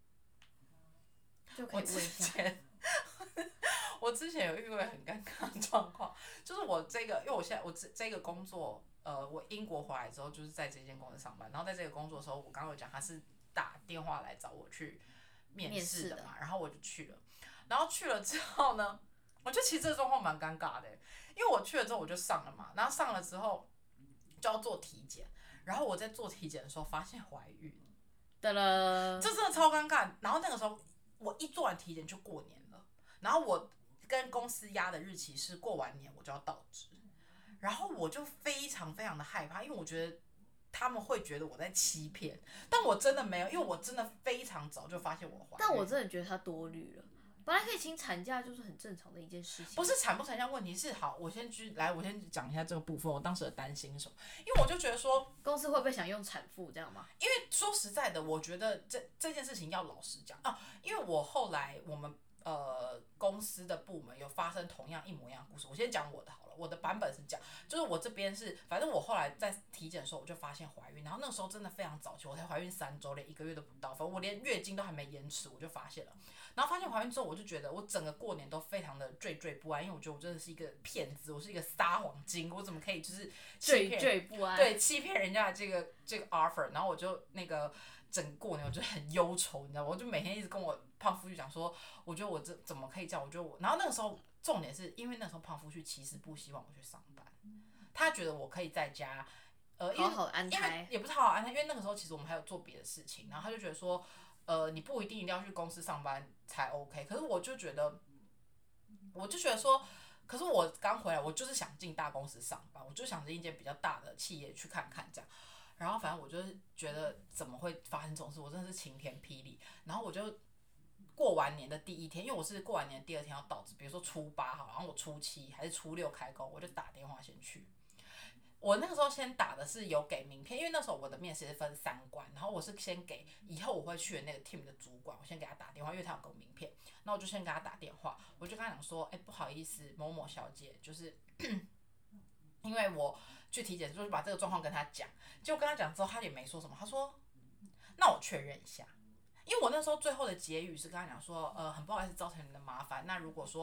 就可以问一下。 我之前有遇过很尴尬的状况，就是我这个，因为我现在我这这个工作，呃，我英国回来之后就是在这间公司上班，然后在这个工作的时候，我刚刚有讲他是打电话来找我去面试的嘛，然后我就去了。然后去了之后呢，我觉得其实这个状况蛮尴尬的，因为我去了之后我就上了嘛，然后上了之后就要做体检，然后我在做体检的时候发现怀孕， 得了， 这真的超尴尬。然后那个时候我一做完体检就过年了，然后我跟公司压的日期是过完年我就要到职，然后我就非常非常的害怕，因为我觉得他们会觉得我在欺骗，但我真的没有，因为我真的非常早就发现我怀孕。 但我真的觉得他多虑了。本来可以请产假，就是很正常的一件事情。 不是产不产假问题，是好，我先去来，我先讲一下这个部分，我当时的担心是什么？因为我就觉得说， 公司会不会想用产妇这样吗？ 因为说实在的，我觉得这这件事情要老实讲啊，因为我后来我们呃公司的部门有发生同样一模一样的故事。我先讲我的好了，我的版本是讲，就是我这边是，反正我后来在体检的时候我就发现怀孕，然后那个时候真的非常早期，我才怀孕三周，连一个月都不到，反正我连月经都还没延迟，我就发现了。然后发现怀孕之后，我就觉得我整个过年都非常的惴惴不安，因为我觉得我真的是一个骗子，我是一个撒谎精，我怎么可以就是惴惴不安？ 对，欺骗人家的这个这个 offer， 然后我就那个整过年我就很忧愁，你知道吗？我就每天一直跟我胖夫婿讲说，我觉得我这怎么可以这样？我觉得我，然后那个时候重点是因为那时候胖夫婿其实不希望我去上班，他觉得我可以在家。呃， 好好安胎， 也不是好好安胎，因为那个时候其实我们还有做别的事情，然后他就觉得说，呃，你不一定一定要去公司上班才 OK。可是我就觉得，我就觉得说，可是我刚回来，我就是想进大公司上班，我就想进一间比较大的企业去看看这样。然后反正我就是觉得怎么会发生这种事，我真的是晴天霹雳。然后我就过完年的第一天，因为我是过完年的第二天要到职，比如说初八好，然后我初七还是初六开工，我就打电话先去。我那个时候先打的是有给名片，因为那时候我的面试是分三关，然后我是先给以后我会去的那个 team 的主管，我先给他打电话，因为他有给我名片，那我就先给他打电话，我就跟他讲说，哎、欸，不好意思，某某小姐，就是因为我去体检，就是把这个状况跟他讲，结果跟他讲之后，他也没说什么，他说，那我确认一下。因为我那时候最后的结语是跟他讲说，呃，很不好意思造成你的麻烦。那如果说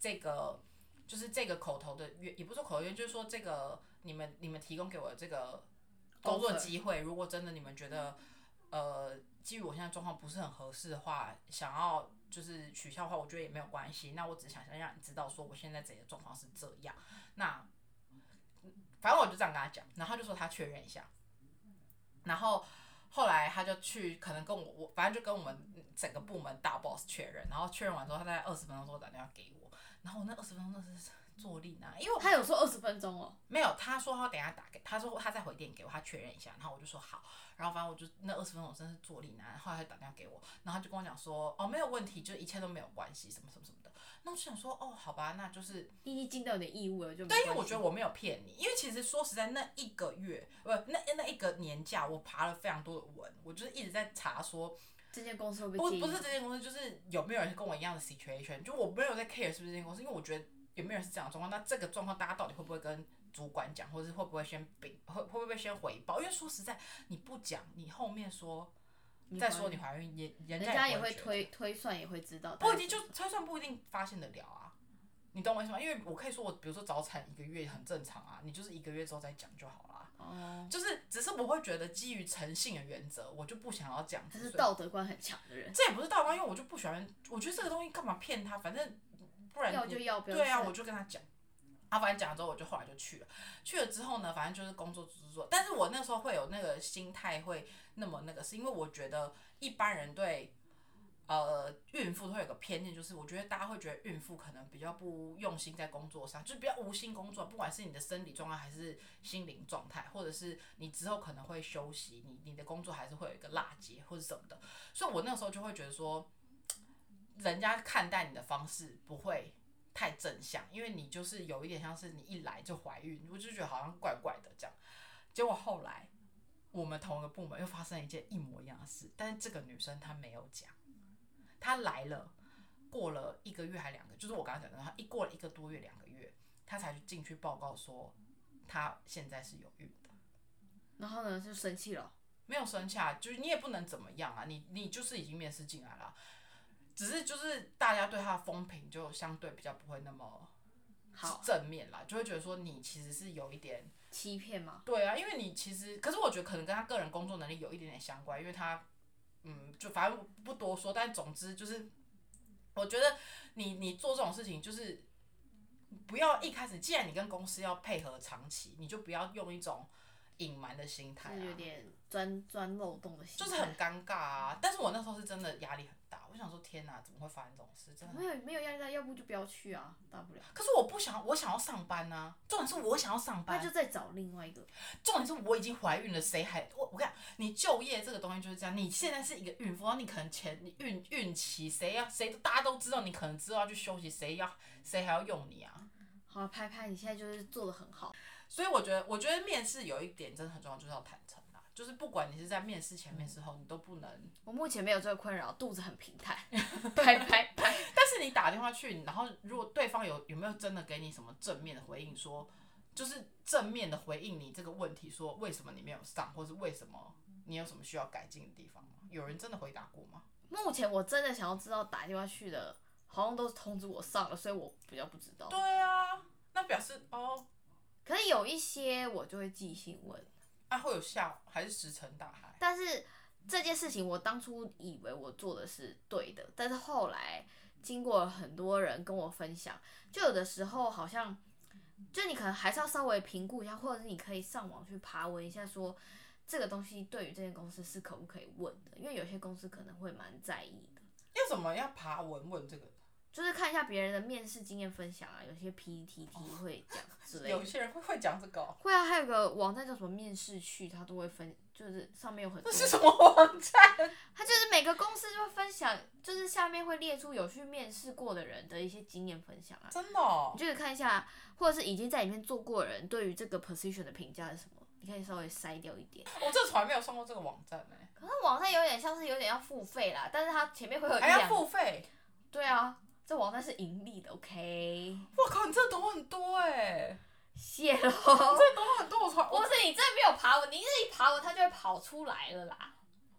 这个就是这个口头的约，也不是说口头约，就是说这个你们你们提供给我的这个工作机会，如果真的你们觉得呃基于我现在状况不是很合适的话，想要就是取消的话，我觉得也没有关系。那我只想让你知道说我现在自己的状况是这样。那反正我就这样跟他讲，然后他就说他确认一下，然后后来他就去可能跟我我反正就跟我们整个部门大 boss 确认，然后确认完之后，他大概二十分钟之后打电话给我，然后我那二十分钟真的是坐立难安，因为他有说二十分钟哦， 没有，他说他等一下打给，他说他再回电给我，他确认一下，然后我就说好，然后反正我就那二十分钟我真的是坐立难安，后来他打电话给我，然后他就跟我讲说哦没有问题，就一切都没有关系，什么什么什么的，那我就想说哦好吧，那就是你已经尽到你的义务了，就没对，因为关系我觉得我没有骗你，因为其实说实在，那一个月不那那一个年假，我爬了非常多的文，我就是一直在查说， 这间公司会不会介意？ 不不是这间公司，就是有没有人跟我一样的 situation， 就我没有在 care 是不是这间公司，因为我觉得有没有人是这样的状况，那这个状况大家到底会不会跟主管讲，或者是会不会先禀，会会不会先回报？因为说实在，你不讲，你后面说。再说你怀孕，也人家也会推推算，也会知道。 不一定就推算不一定发现得了啊，你懂我意思吗？因为我可以说我比如说早产一个月很正常啊，你就是一个月之后再讲就好啦。哦。就是只是我会觉得基于诚信的原则，我就不想要这样子。 他是道德观很强的人。 这也不是道德观，因为我就不喜欢，我觉得这个东西干嘛骗他，反正不然要就要，不要对啊，我就跟他讲。啊，反正讲了之后，我就后来就去了。去了之后呢，反正就是工作做做。但是我那时候会有那个心态会那么那个，是因为我觉得一般人对呃孕妇都会有个偏见，就是我觉得大家会觉得孕妇可能比较不用心在工作上，就是比较无心工作，不管是你的生理状态还是心灵状态，或者是你之后可能会休息，你你的工作还是会有一个落节或者什么的。所以我那时候就会觉得说，人家看待你的方式不会太正向，因为你就是有一点像是你一来就怀孕，我就觉得好像怪怪的这样。结果后来我们同一个部门又发生一件一模一样的事，但是这个女生她没有讲，她来了，过了一个月还两个，就是我刚刚讲的，她一过了一个多月两个月，她才进去报告说她现在是有孕的。 然后呢，就生气了？ 没有生气啊，就是你也不能怎么样啊，你你就是已经面试进来了。只是就是大家对他的风评就相对比较不会那么正面啦，就会觉得说你其实是有一点欺骗吗？ 对啊，因为你其实，可是我觉得可能跟他个人工作能力有一点点相关，因为他，嗯，就反正不多说，但总之就是，我觉得你你做这种事情就是不要一开始，既然你跟公司要配合长期，你就不要用一种隐瞒的心态、啊， 就是有点钻钻漏洞的心态， 就是很尴尬啊。但是我那时候是真的压力很大，我想说天哪，怎么会发生这种事？真的没有没有压力大，要不就不要去啊，大不了。 可是我不想，我想要上班啊。重点是我想要上班， 那就再找另外一个。 重点是我已经怀孕了，谁还我我跟你讲，你就业这个东西就是这样。你现在是一个孕妇，然后你可能前你孕孕期，谁要谁大家都知道，你可能之后要去休息，谁要谁还要用你啊？ 好，拍拍，你现在就是做得很好。 所以我觉得，我觉得面试有一点真的很重要，就是要坦诚啦。就是不管你是在面试前、面试后，你都不能。 我目前没有这个困扰，肚子很平坦，拍拍拍。 但是你打电话去，然后如果对方有有没有真的给你什么正面的回应说，就是正面的回应你这个问题，说为什么你没有上，或是为什么你有什么需要改进的地方吗？有人真的回答过吗？ 目前我真的想要知道打电话去的，好像都是通知我上了，所以我比较不知道。 对啊，那表示哦。 可是有一些我就会寄信问。 啊，会有下还是石沉大海？ 但是这件事情我当初以为我做的是对的，但是后来经过很多人跟我分享，就有的时候好像，就你可能还是要稍微评估一下，或者是你可以上网去爬文一下说，这个东西对于这间公司是可不可以问的，因为有些公司可能会蛮在意的。 要怎么样爬文问这个？ 就是看一下别人的面试经验分享啊，有些 P T T 会讲之类的。 有些人会会讲这个、哦。 会啊，还有个网站叫什么面试区，它都会分，就是上面有很多。 这是什么网站？ 它就是每个公司就会分享，就是下面会列出有去面试过的人的一些经验分享啊。 真的、哦。 你就可以看一下，或者是已经在里面做过的人对于这个 position 的评价是什么，你可以稍微筛掉一点。 我这从来没有上过这个网站呢、欸。 可是网站有点像是有点要付费啦，但是它前面会有一还要付费。 对啊。这网站是盈利的 ，OK。 我靠，你真的懂很多哎、欸！ 谢喽。你真的懂很多，我从不是你真的没有爬文，你一爬文它就会跑出来了啦。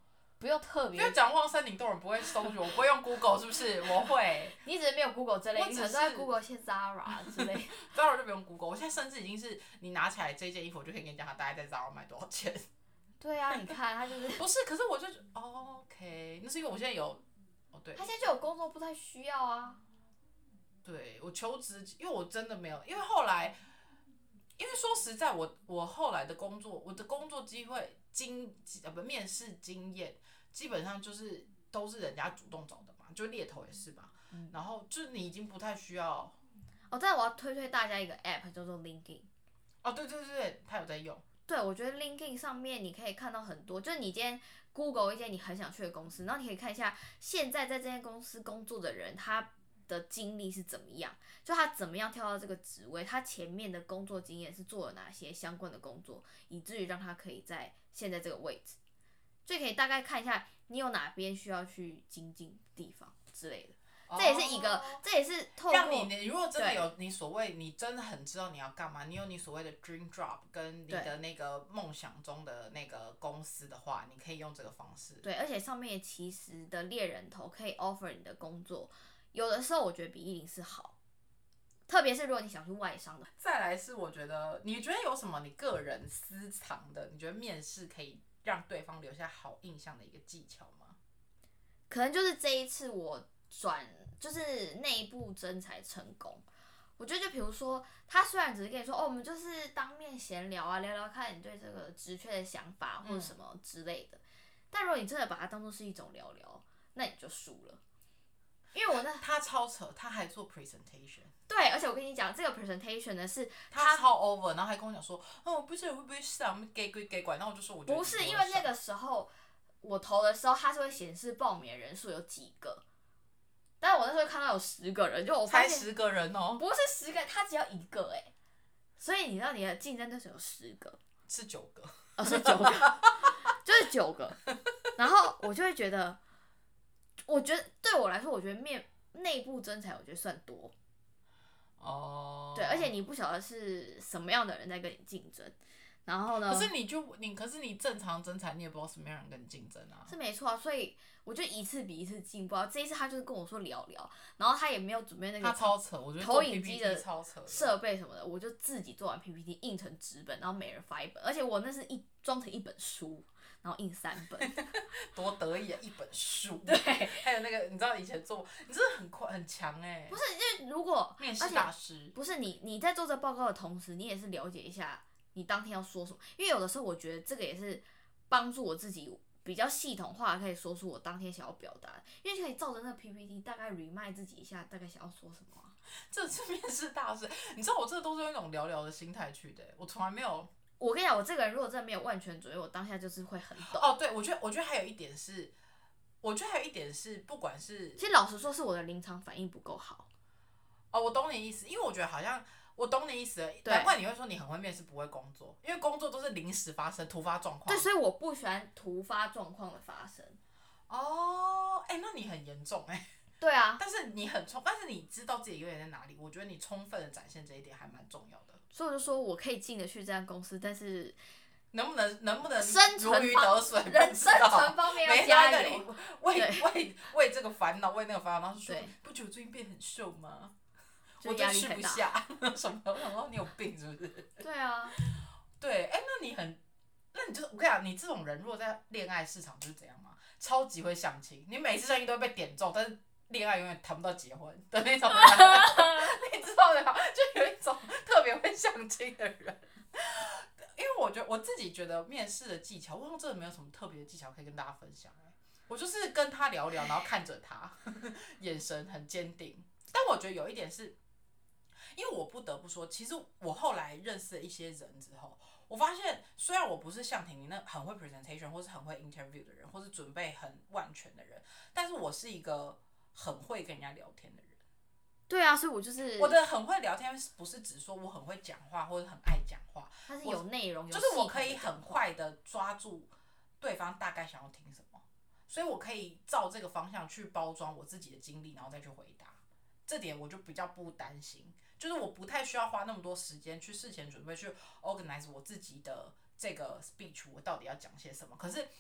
不用特别。 因为展望山顶洞人不会搜寻，我不会用 Google 是不是？我会。 你只是没有 Google 这类， 我只是你可能在 Google 一些 Zara 之类。 Zara 就不用 Google， 我现在甚至已经是你拿起来这件衣服，我就可以跟你讲它大概在 Zara 买多少钱。 对啊，你看他就是。 不是，可是我就哦 OK， 那是因为我现在有，哦对。 他现在就有工作，不太需要啊。 对，我求职，因为我真的没有，因为后来，因为说实在，我我后来的工作，我的工作机会经呃不面试经验，基本上就是都是人家主动找的嘛，就猎头也是吧。嗯、然后就是你已经不太需要。 哦，但我要推推大家一个 app 叫做 LinkedIn。 哦，对对对对，他有在用。 对，我觉得 LinkedIn 上面你可以看到很多，就是你今天 Google 一间你很想去的公司，然后你可以看一下现在在这间公司工作的人他的经历是怎么样，就他怎么样跳到这个职位，他前面的工作经验是做了哪些相关的工作，以至于让他可以在现在这个位置，就可以大概看一下你有哪边需要去精进的地方之类的。这也是一个，哦、这也是透过让你，如果真的有你所谓，你真的很知道你要干嘛，你有你所谓的 dream job 跟你的那个梦想中的那个公司的话，你可以用这个方式。 对，而且上面其实的猎人头可以 offer 你的工作，有的时候我觉得比一零四好，特别是如果你想去外商的。 再来是我觉得，你觉得有什么你个人私藏的，你觉得面试可以让对方留下好印象的一个技巧吗？ 可能就是这一次我转。就是内部征才成功，我觉得就比如说，他虽然只是跟你说，哦，我们就是当面闲聊啊，聊聊看你对这个职缺的想法或者什么之类的，嗯、但如果你真的把它当作是一种聊聊，那你就输了。因为我那他超扯，他还做 presentation。 对，而且我跟你讲，这个 presentation 呢是他超 over， 然后还跟我讲说，哦，我不知道会不会上，给鬼给拐，然后我就说我觉得不是，因为那个时候我投的时候，它是会显示报名人数有几个。但是我那时候看到有十个人，就我发现才十个人哦， 不是十个，他只要一个哎，所以你知道你的竞争对手有十个， 是九个， 哦是九个，就是九个，然后我就会觉得，我觉得对我来说，我觉得面内部征才我觉得算多， 哦， 对，而且你不晓得是什么样的人在跟你竞争。然后呢？ 可是你就你，可是你正常征才，你也不知道什么样的人跟你竞争啊。 是没错啊，所以我就一次比一次进步啊。这一次他就是跟我说聊聊，然后他也没有准备那个他超扯，我觉得投影机的设备什么的，我就自己做完 P P T 印成纸本，然后每人发一本，而且我那是一装成一本书，然后印三本， 多得意啊！一本书。 对， 还有那个你知道以前做，你真的很快很强哎、欸。 不是，因为如果面试大师， 不是你你在做这报告的同时，你也是了解一下。你当天要说什么？因为有的时候我觉得这个也是帮助我自己比较系统化，可以说出我当天想要表达的。因为可以照着那个 P P T 大概 remind 自己一下，大概想要说什么、啊。 这是面试大师，你知道我这都是用一种聊聊的心态去的、欸，我从来没有。 我跟你讲，我这个人如果真的没有万全准备，我当下就是会很抖。 哦，对，我觉得我觉得还有一点是，我觉得还有一点是，不管是， 其实老实说，是我的临场反应不够好。 哦，我懂你意思，因为我觉得好像。我懂你意思了，难怪你会说你很会面试不会工作，因为工作都是临时发生突发状况。 对，所以我不喜欢突发状况的发生。 哦，哎、欸，那你很严重哎、欸。 对啊。 但是你很充，但是你知道自己优点在哪里，我觉得你充分的展现这一点还蛮重要的。 所以我就说我可以进得去这家公司，但是能不能能不能生存如鱼得水， 人生存方面要加油。 为为为这个烦恼，为那个烦恼，然后说不觉得最近变很瘦吗？我就吃不下什么，我想说你有病是不是？ 对啊， 对，哎、欸，那你很，那你就我跟你讲，你这种人如果在恋爱市场就是怎样嘛，超级会相亲，你每次相亲都会被点中，但是恋爱永远谈不到结婚的那种人，你知道的，就有一种特别会相亲的人。因为我觉得我自己觉得面试的技巧，我好像真的没有什么特别的技巧可以跟大家分享、欸、我就是跟他聊聊，然后看着他，眼神很坚定。但我觉得有一点是。因为我不得不说，其实我后来认识了一些人之后，我发现虽然我不是像婷婷那很会 presentation 或是很会 interview 的人，或是准备很万全的人，但是我是一个很会跟人家聊天的人。 对啊，所以我就是我的很会聊天，不是只说我很会讲话或者很爱讲话， 它是有内容， 就是我可以很快的抓住对方大概想要听什么，所以我可以照这个方向去包装我自己的经历，然后再去回答。这点我就比较不担心。就是我不太需要花那么多时间去事前准备，去 organize 我自己的这个 speech， 我到底要讲些什么。可是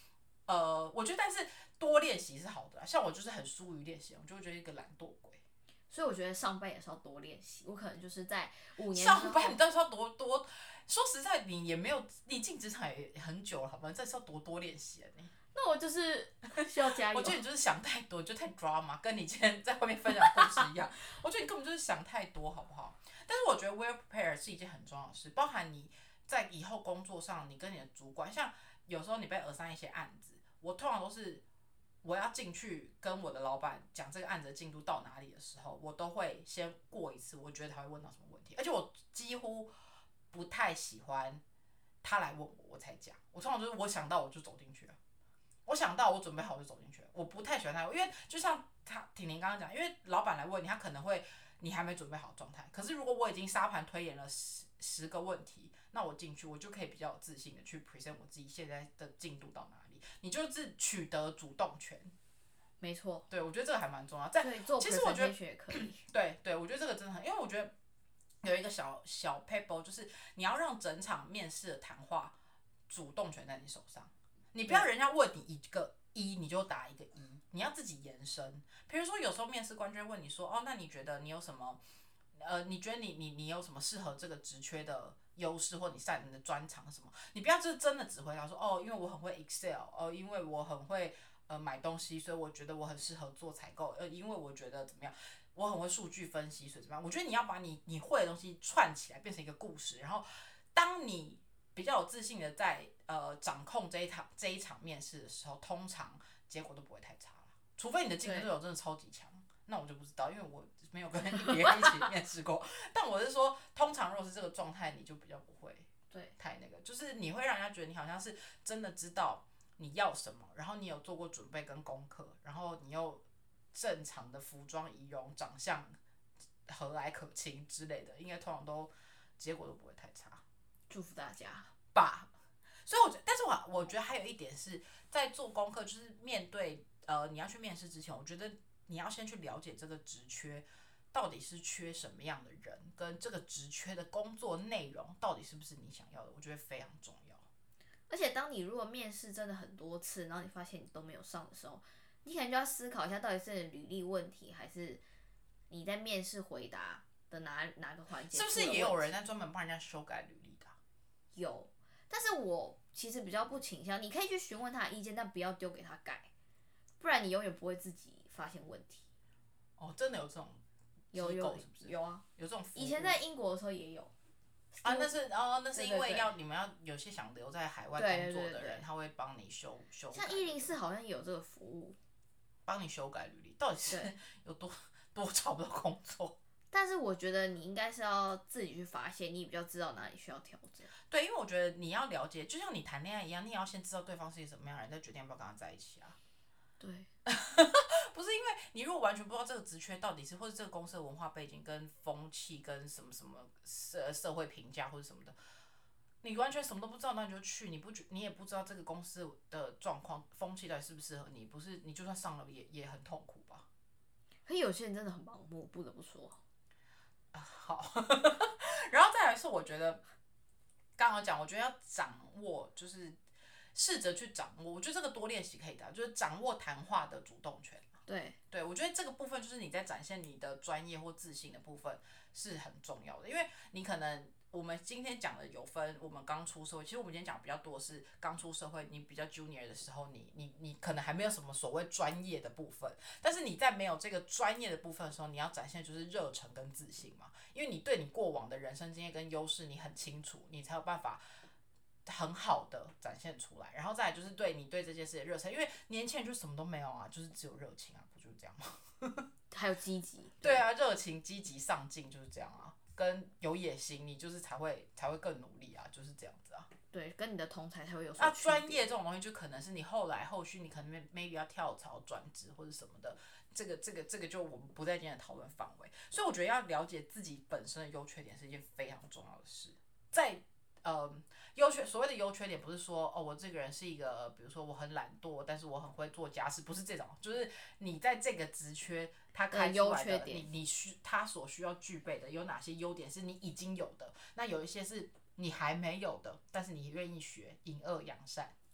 呃，我觉得但是多练习是好的啦，像我就是很疏于练习，我就会觉得一个懒惰鬼。 所以我觉得上班也是要多练习，我可能就是在五年上班你到底是要多多？说实在，你也没有，你进职场也很久了，好吧？你这是要多多练习啊你。 那我就是需要加油。 我觉得你就是想太多，就太 drama， 跟你今天在外面分享故事一样。我觉得你根本就是想太多，好不好？但是我觉得 well prepare 是一件很重要的事，包含你在以后工作上，你跟你的主管，像有时候你被耳上一些案子，我通常都是我要进去跟我的老板讲这个案子的进度到哪里的时候，我都会先过一次，我觉得他会问到什么问题，而且我几乎不太喜欢他来问我，我才讲。我通常就是我想到我就走进去了。我想到我准备好就走进去了，我不太喜欢他，因为就像他婷婷刚刚讲，因为老板来问你，他可能会你还没准备好的状态。可是如果我已经沙盘推演了十十个问题，那我进去我就可以比较有自信的去 present 我自己现在的进度到哪里，你就是取得主动权。 没错。 对，我觉得这个还蛮重要。在其实我觉得也可以。 对对，我觉得这个真的很，因为我觉得有一个小小 paper 就是你要让整场面试的谈话主动权在你手上。你不要人家问你一个一，你就打一个一，你要自己延伸。比如说，有时候面试官就会问你说：“哦，那你觉得你有什么？呃，你觉得你你你有什么适合这个职缺的优势，或你擅长的专长是什么？”你不要就是真的只回答说：“哦，因为我很会 Excel， 哦，因为我很会呃买东西，所以我觉得我很适合做采购。呃，因为我觉得怎么样，我很会数据分析，所以怎么样？”我觉得你要把你你会的东西串起来，变成一个故事，然后当你比较有自信的在呃掌控这一场这一场面试的时候，通常结果都不会太差了。除非你的竞争对手真的超级强，那我就不知道，因为我没有跟别人一起面试过。但我是说，通常若是这个状态，你就比较不会太那个，就是你会让人家觉得你好像是真的知道你要什么，然后你有做过准备跟功课，然后你又正常的服装仪容、长相和蔼可亲之类的，应该通常都结果都不会太差。 祝福大家吧。所以我觉得，但是我我觉得还有一点是在做功课，就是面对呃你要去面试之前，我觉得你要先去了解这个职缺到底是缺什么样的人，跟这个职缺的工作内容到底是不是你想要的，我觉得非常重要。 而且当你如果面试真的很多次，然后你发现你都没有上的时候，你可能就要思考一下，到底是履历问题，还是你在面试回答的哪哪个环节？ 是不是也有人在专门帮人家修改履历的啊？ 有，但是我其实比较不倾向，你可以去询问他的意见，但不要丢给他改，不然你永远不会自己发现问题。 哦，真的有这种机构有有是不是？ 有啊， 有这种服务。 以前在英国的时候也有。 啊，那是哦，那是因为要对对对你们要有些想留在海外工作的人， 对对对对他会帮你修修改。 像一零四好像也有这个服务， 帮你修改履历，到底是有多多找不到工作？ 但是我觉得你应该是要自己去发现，你比较知道哪里需要调整。 对，因为我觉得你要了解，就像你谈恋爱一样，你也要先知道对方是一个什么样的人，再决定要不要跟他在一起啊。 对， 不是因为你如果完全不知道这个职缺到底是，或者这个公司的文化背景、跟风气、跟什么什么社社会评价或者什么的，你完全什么都不知道，那你就去，你不你也不知道这个公司的状况、风气到底适不适合你，不是你就算上了也也很痛苦吧？ 可有些人真的很盲目，不得不说。 啊，好，然后再来是我觉得刚刚讲，我觉得要掌握，就是试着去掌握，我觉得这个多练习可以的，就是掌握谈话的主动权。 对， 对，我觉得这个部分就是你在展现你的专业或自信的部分是很重要的，因为你可能我们今天讲的有分，我们刚出社会，其实我们今天讲比较多的是刚出社会，你比较 junior 的时候，你你你可能还没有什么所谓专业的部分，但是你在没有这个专业的部分的时候，你要展现就是热忱跟自信嘛，因为你对你过往的人生经验跟优势你很清楚，你才有办法很好的展现出来，然后再来就是对你对这件事的热忱，因为年轻人就什么都没有啊，就是只有热情啊，不就是这样吗？ 还有积极。 对啊，热情、积极、上进就是这样啊，跟有野心，你就是才会才会更努力啊，就是这样子啊。 对，跟你的同才才会有所啊， 区别。 专业这种东西就可能是你后来后续你可能 maybe 要跳槽转职或者什么的，这个这个这个就我们不在今天的讨论范围。所以我觉得要了解自己本身的优缺点是一件非常重要的事。在呃优缺所谓的优缺点不是说哦我这个人是一个比如说我很懒惰，但是我很会做家事，不是这种，就是你在这个职缺他开出来的你你需他所需要具备的有哪些优点是你已经有的，那有一些是你还没有的，但是你愿意学，隐恶扬善。 对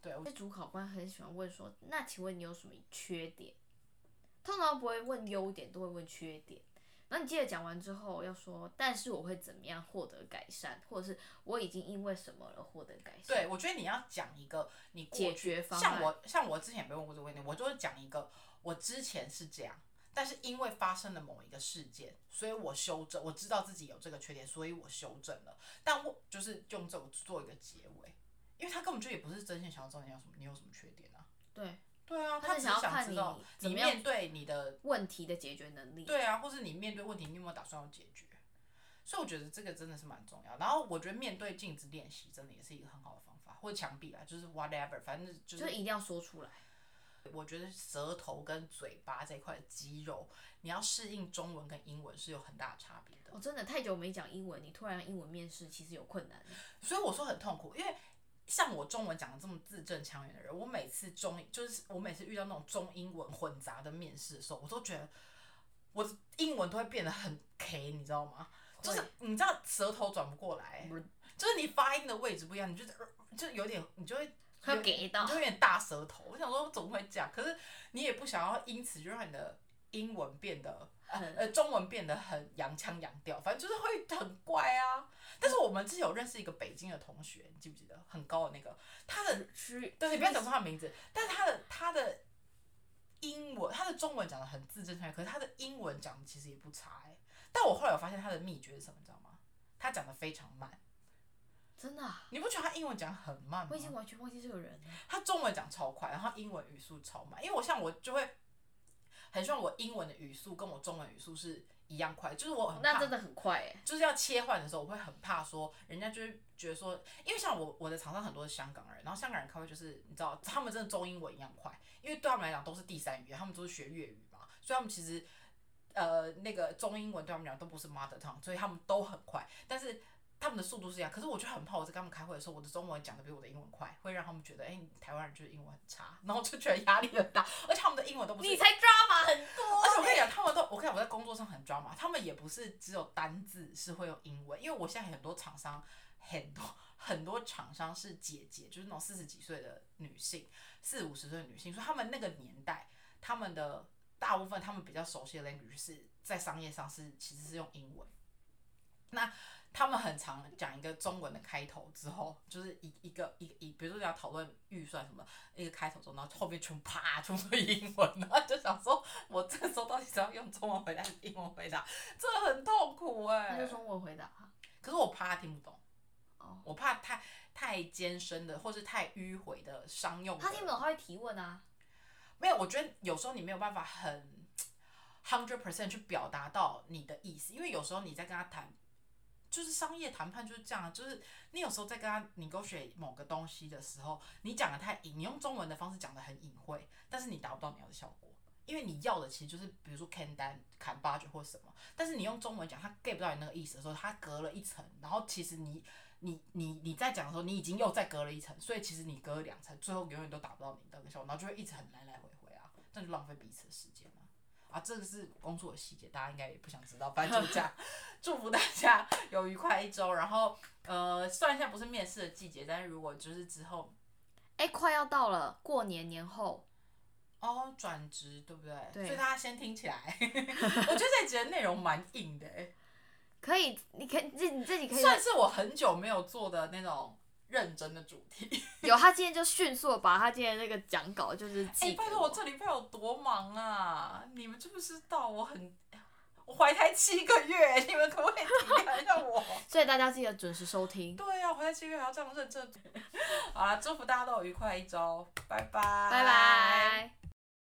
对，我主考官很喜欢问说，那请问你有什么缺点？通常不会问优点，都会问缺点。然后你记得讲完之后要说，但是我会怎么样获得改善，或者是我已经因为什么而获得改善。 对，我觉得你要讲一个你过去解决方案。 像我，像我之前也被问过这个问题，我就会讲一个，我之前是这样，但是因为发生了某一个事件，所以我修正，我知道自己有这个缺点，所以我修正了。但我就是用这个做一个结尾，因为他根本就也不是真心想要知道你有什么，你有什么缺点啊？ 对。 对啊， 他只是想知道你你面对你的问题的解决能力。 对啊，或是你面对问题，你有没有打算要解决？所以我觉得这个真的是蛮重要。然后我觉得面对镜子练习真的也是一个很好的方法，或者墙壁啦，就是 whatever， 反正就是。 就一定要说出来。 我觉得舌头跟嘴巴这一块肌肉，你要适应中文跟英文是有很大的差别的。 我、哦、真的太久没讲英文，你突然英文面试其实有困难。 所以我说很痛苦，因为。像我中文讲的这么字正腔圆的人，我每次中就是我每次遇到那种中英文混杂的面试的时候，我都觉得我的英文都会变得很 K， 你知道吗？就是你知道舌头转不过来，就是你发音的位置不一样，你就就有点你就会会给到， 你就有点大舌头。我想说怎么会这样？可是你也不想要因此就让你的英文变得呃中文变得很洋腔洋调，反正就是会很怪啊。但是我们之前有认识一个北京的同学，你记不记得？很高的那个，他的对，你不要讲出他的名字，但是他的他的英文，他的中文讲的很字正腔圆，可是他的英文讲的其实也不差哎、欸。但我后来有发现他的秘诀是什么，你知道吗？他讲的非常慢。 真的、啊？ 你不觉得他英文讲很慢吗？ 我已经完全忘记这个人了。 他中文讲超快，然后英文语速超慢，因为我像我就会很希望我英文的语速跟我中文语速是一样快，就是我很怕， 那真的很快哎， 就是要切换的时候，我会很怕说，人家就会觉得说，因为像我我的厂商很多是香港人，然后香港人开会就是你知道，他们真的中英文一样快，因为对他们来讲都是第三语言，他们都是学粤语嘛，所以他们其实呃那个中英文对他们讲都不是 mother tongue， 所以他们都很快，但是他们的速度是一样，可是我就很怕我在跟他们开会的时候，我的中文讲的比我的英文快，会让他们觉得，哎、欸，台湾人就是英文很差，然后就觉得压力很大，而且他们的英文都不是。 你才 drama 很多。 而且我跟你讲，他们都，我跟你讲，我在工作上很 drama，他们也不是只有单字是会用英文，因为我现在很多厂商，很多很多厂商是姐姐，就是那种四十几岁的女性，四五十岁的女性，所以他们那个年代，他们的大部分他们比较熟悉的 language 是在商业上是其实是用英文，那。他们很常讲一个中文的开头之后，就是一一个一个一，比如说要讨论预算什么，一个开头之后，然后后面全啪全部英文，然后就想说，我这个时候到底是要用中文回答还是英文回答？这很痛苦哎、欸。 那就中文回答。 可是我怕他听不懂， 哦，我怕太太艰深的或是太迂回的商用的。 他听不懂，他会提问啊。 没有，我觉得有时候你没有办法很 hundred percent 去表达到你的意思，因为有时候你在跟他谈。就是商业谈判就是这样，就是你有时候在跟他negotiate某个东西的时候，你讲的太隐，你用中文的方式讲的很隐晦，但是你达不到你要的效果，因为你要的其实就是比如说 can 单、砍 budget 或什么，但是你用中文讲，他 get 不到你那个意思的时候，他隔了一层，然后其实你你你你在讲的时候，你已经又再隔了一层，所以其实你隔了两层，最后永远都达不到你的那个效果，然后就会一直很来来回回啊，这就浪费彼此的时间啊。啊，这个是工作的细节，大家应该也不想知道，反正就这样。祝福大家有愉快一周。然后，呃，虽然现在不是面试的季节，但是如果就是之后， 哎、欸，快要到了，过年年后。 哦，转职对不对？ 对。 所以大家先听起来，我觉得这集的内容蛮硬的、欸。 可以，你可以自你自己可以。 算是我很久没有做的那种。认真的主题有，他今天就迅速的把他今天那个讲稿就是寄给我。 哎、欸，拜托我这礼拜有多忙啊！你们知不知道我很，我怀胎七个月，你们可不可以体谅一下我？ 所以大家记得准时收听。 对啊，怀胎七个月还要这样认真。好啦，祝福大家都有愉快一周，拜拜。 拜拜。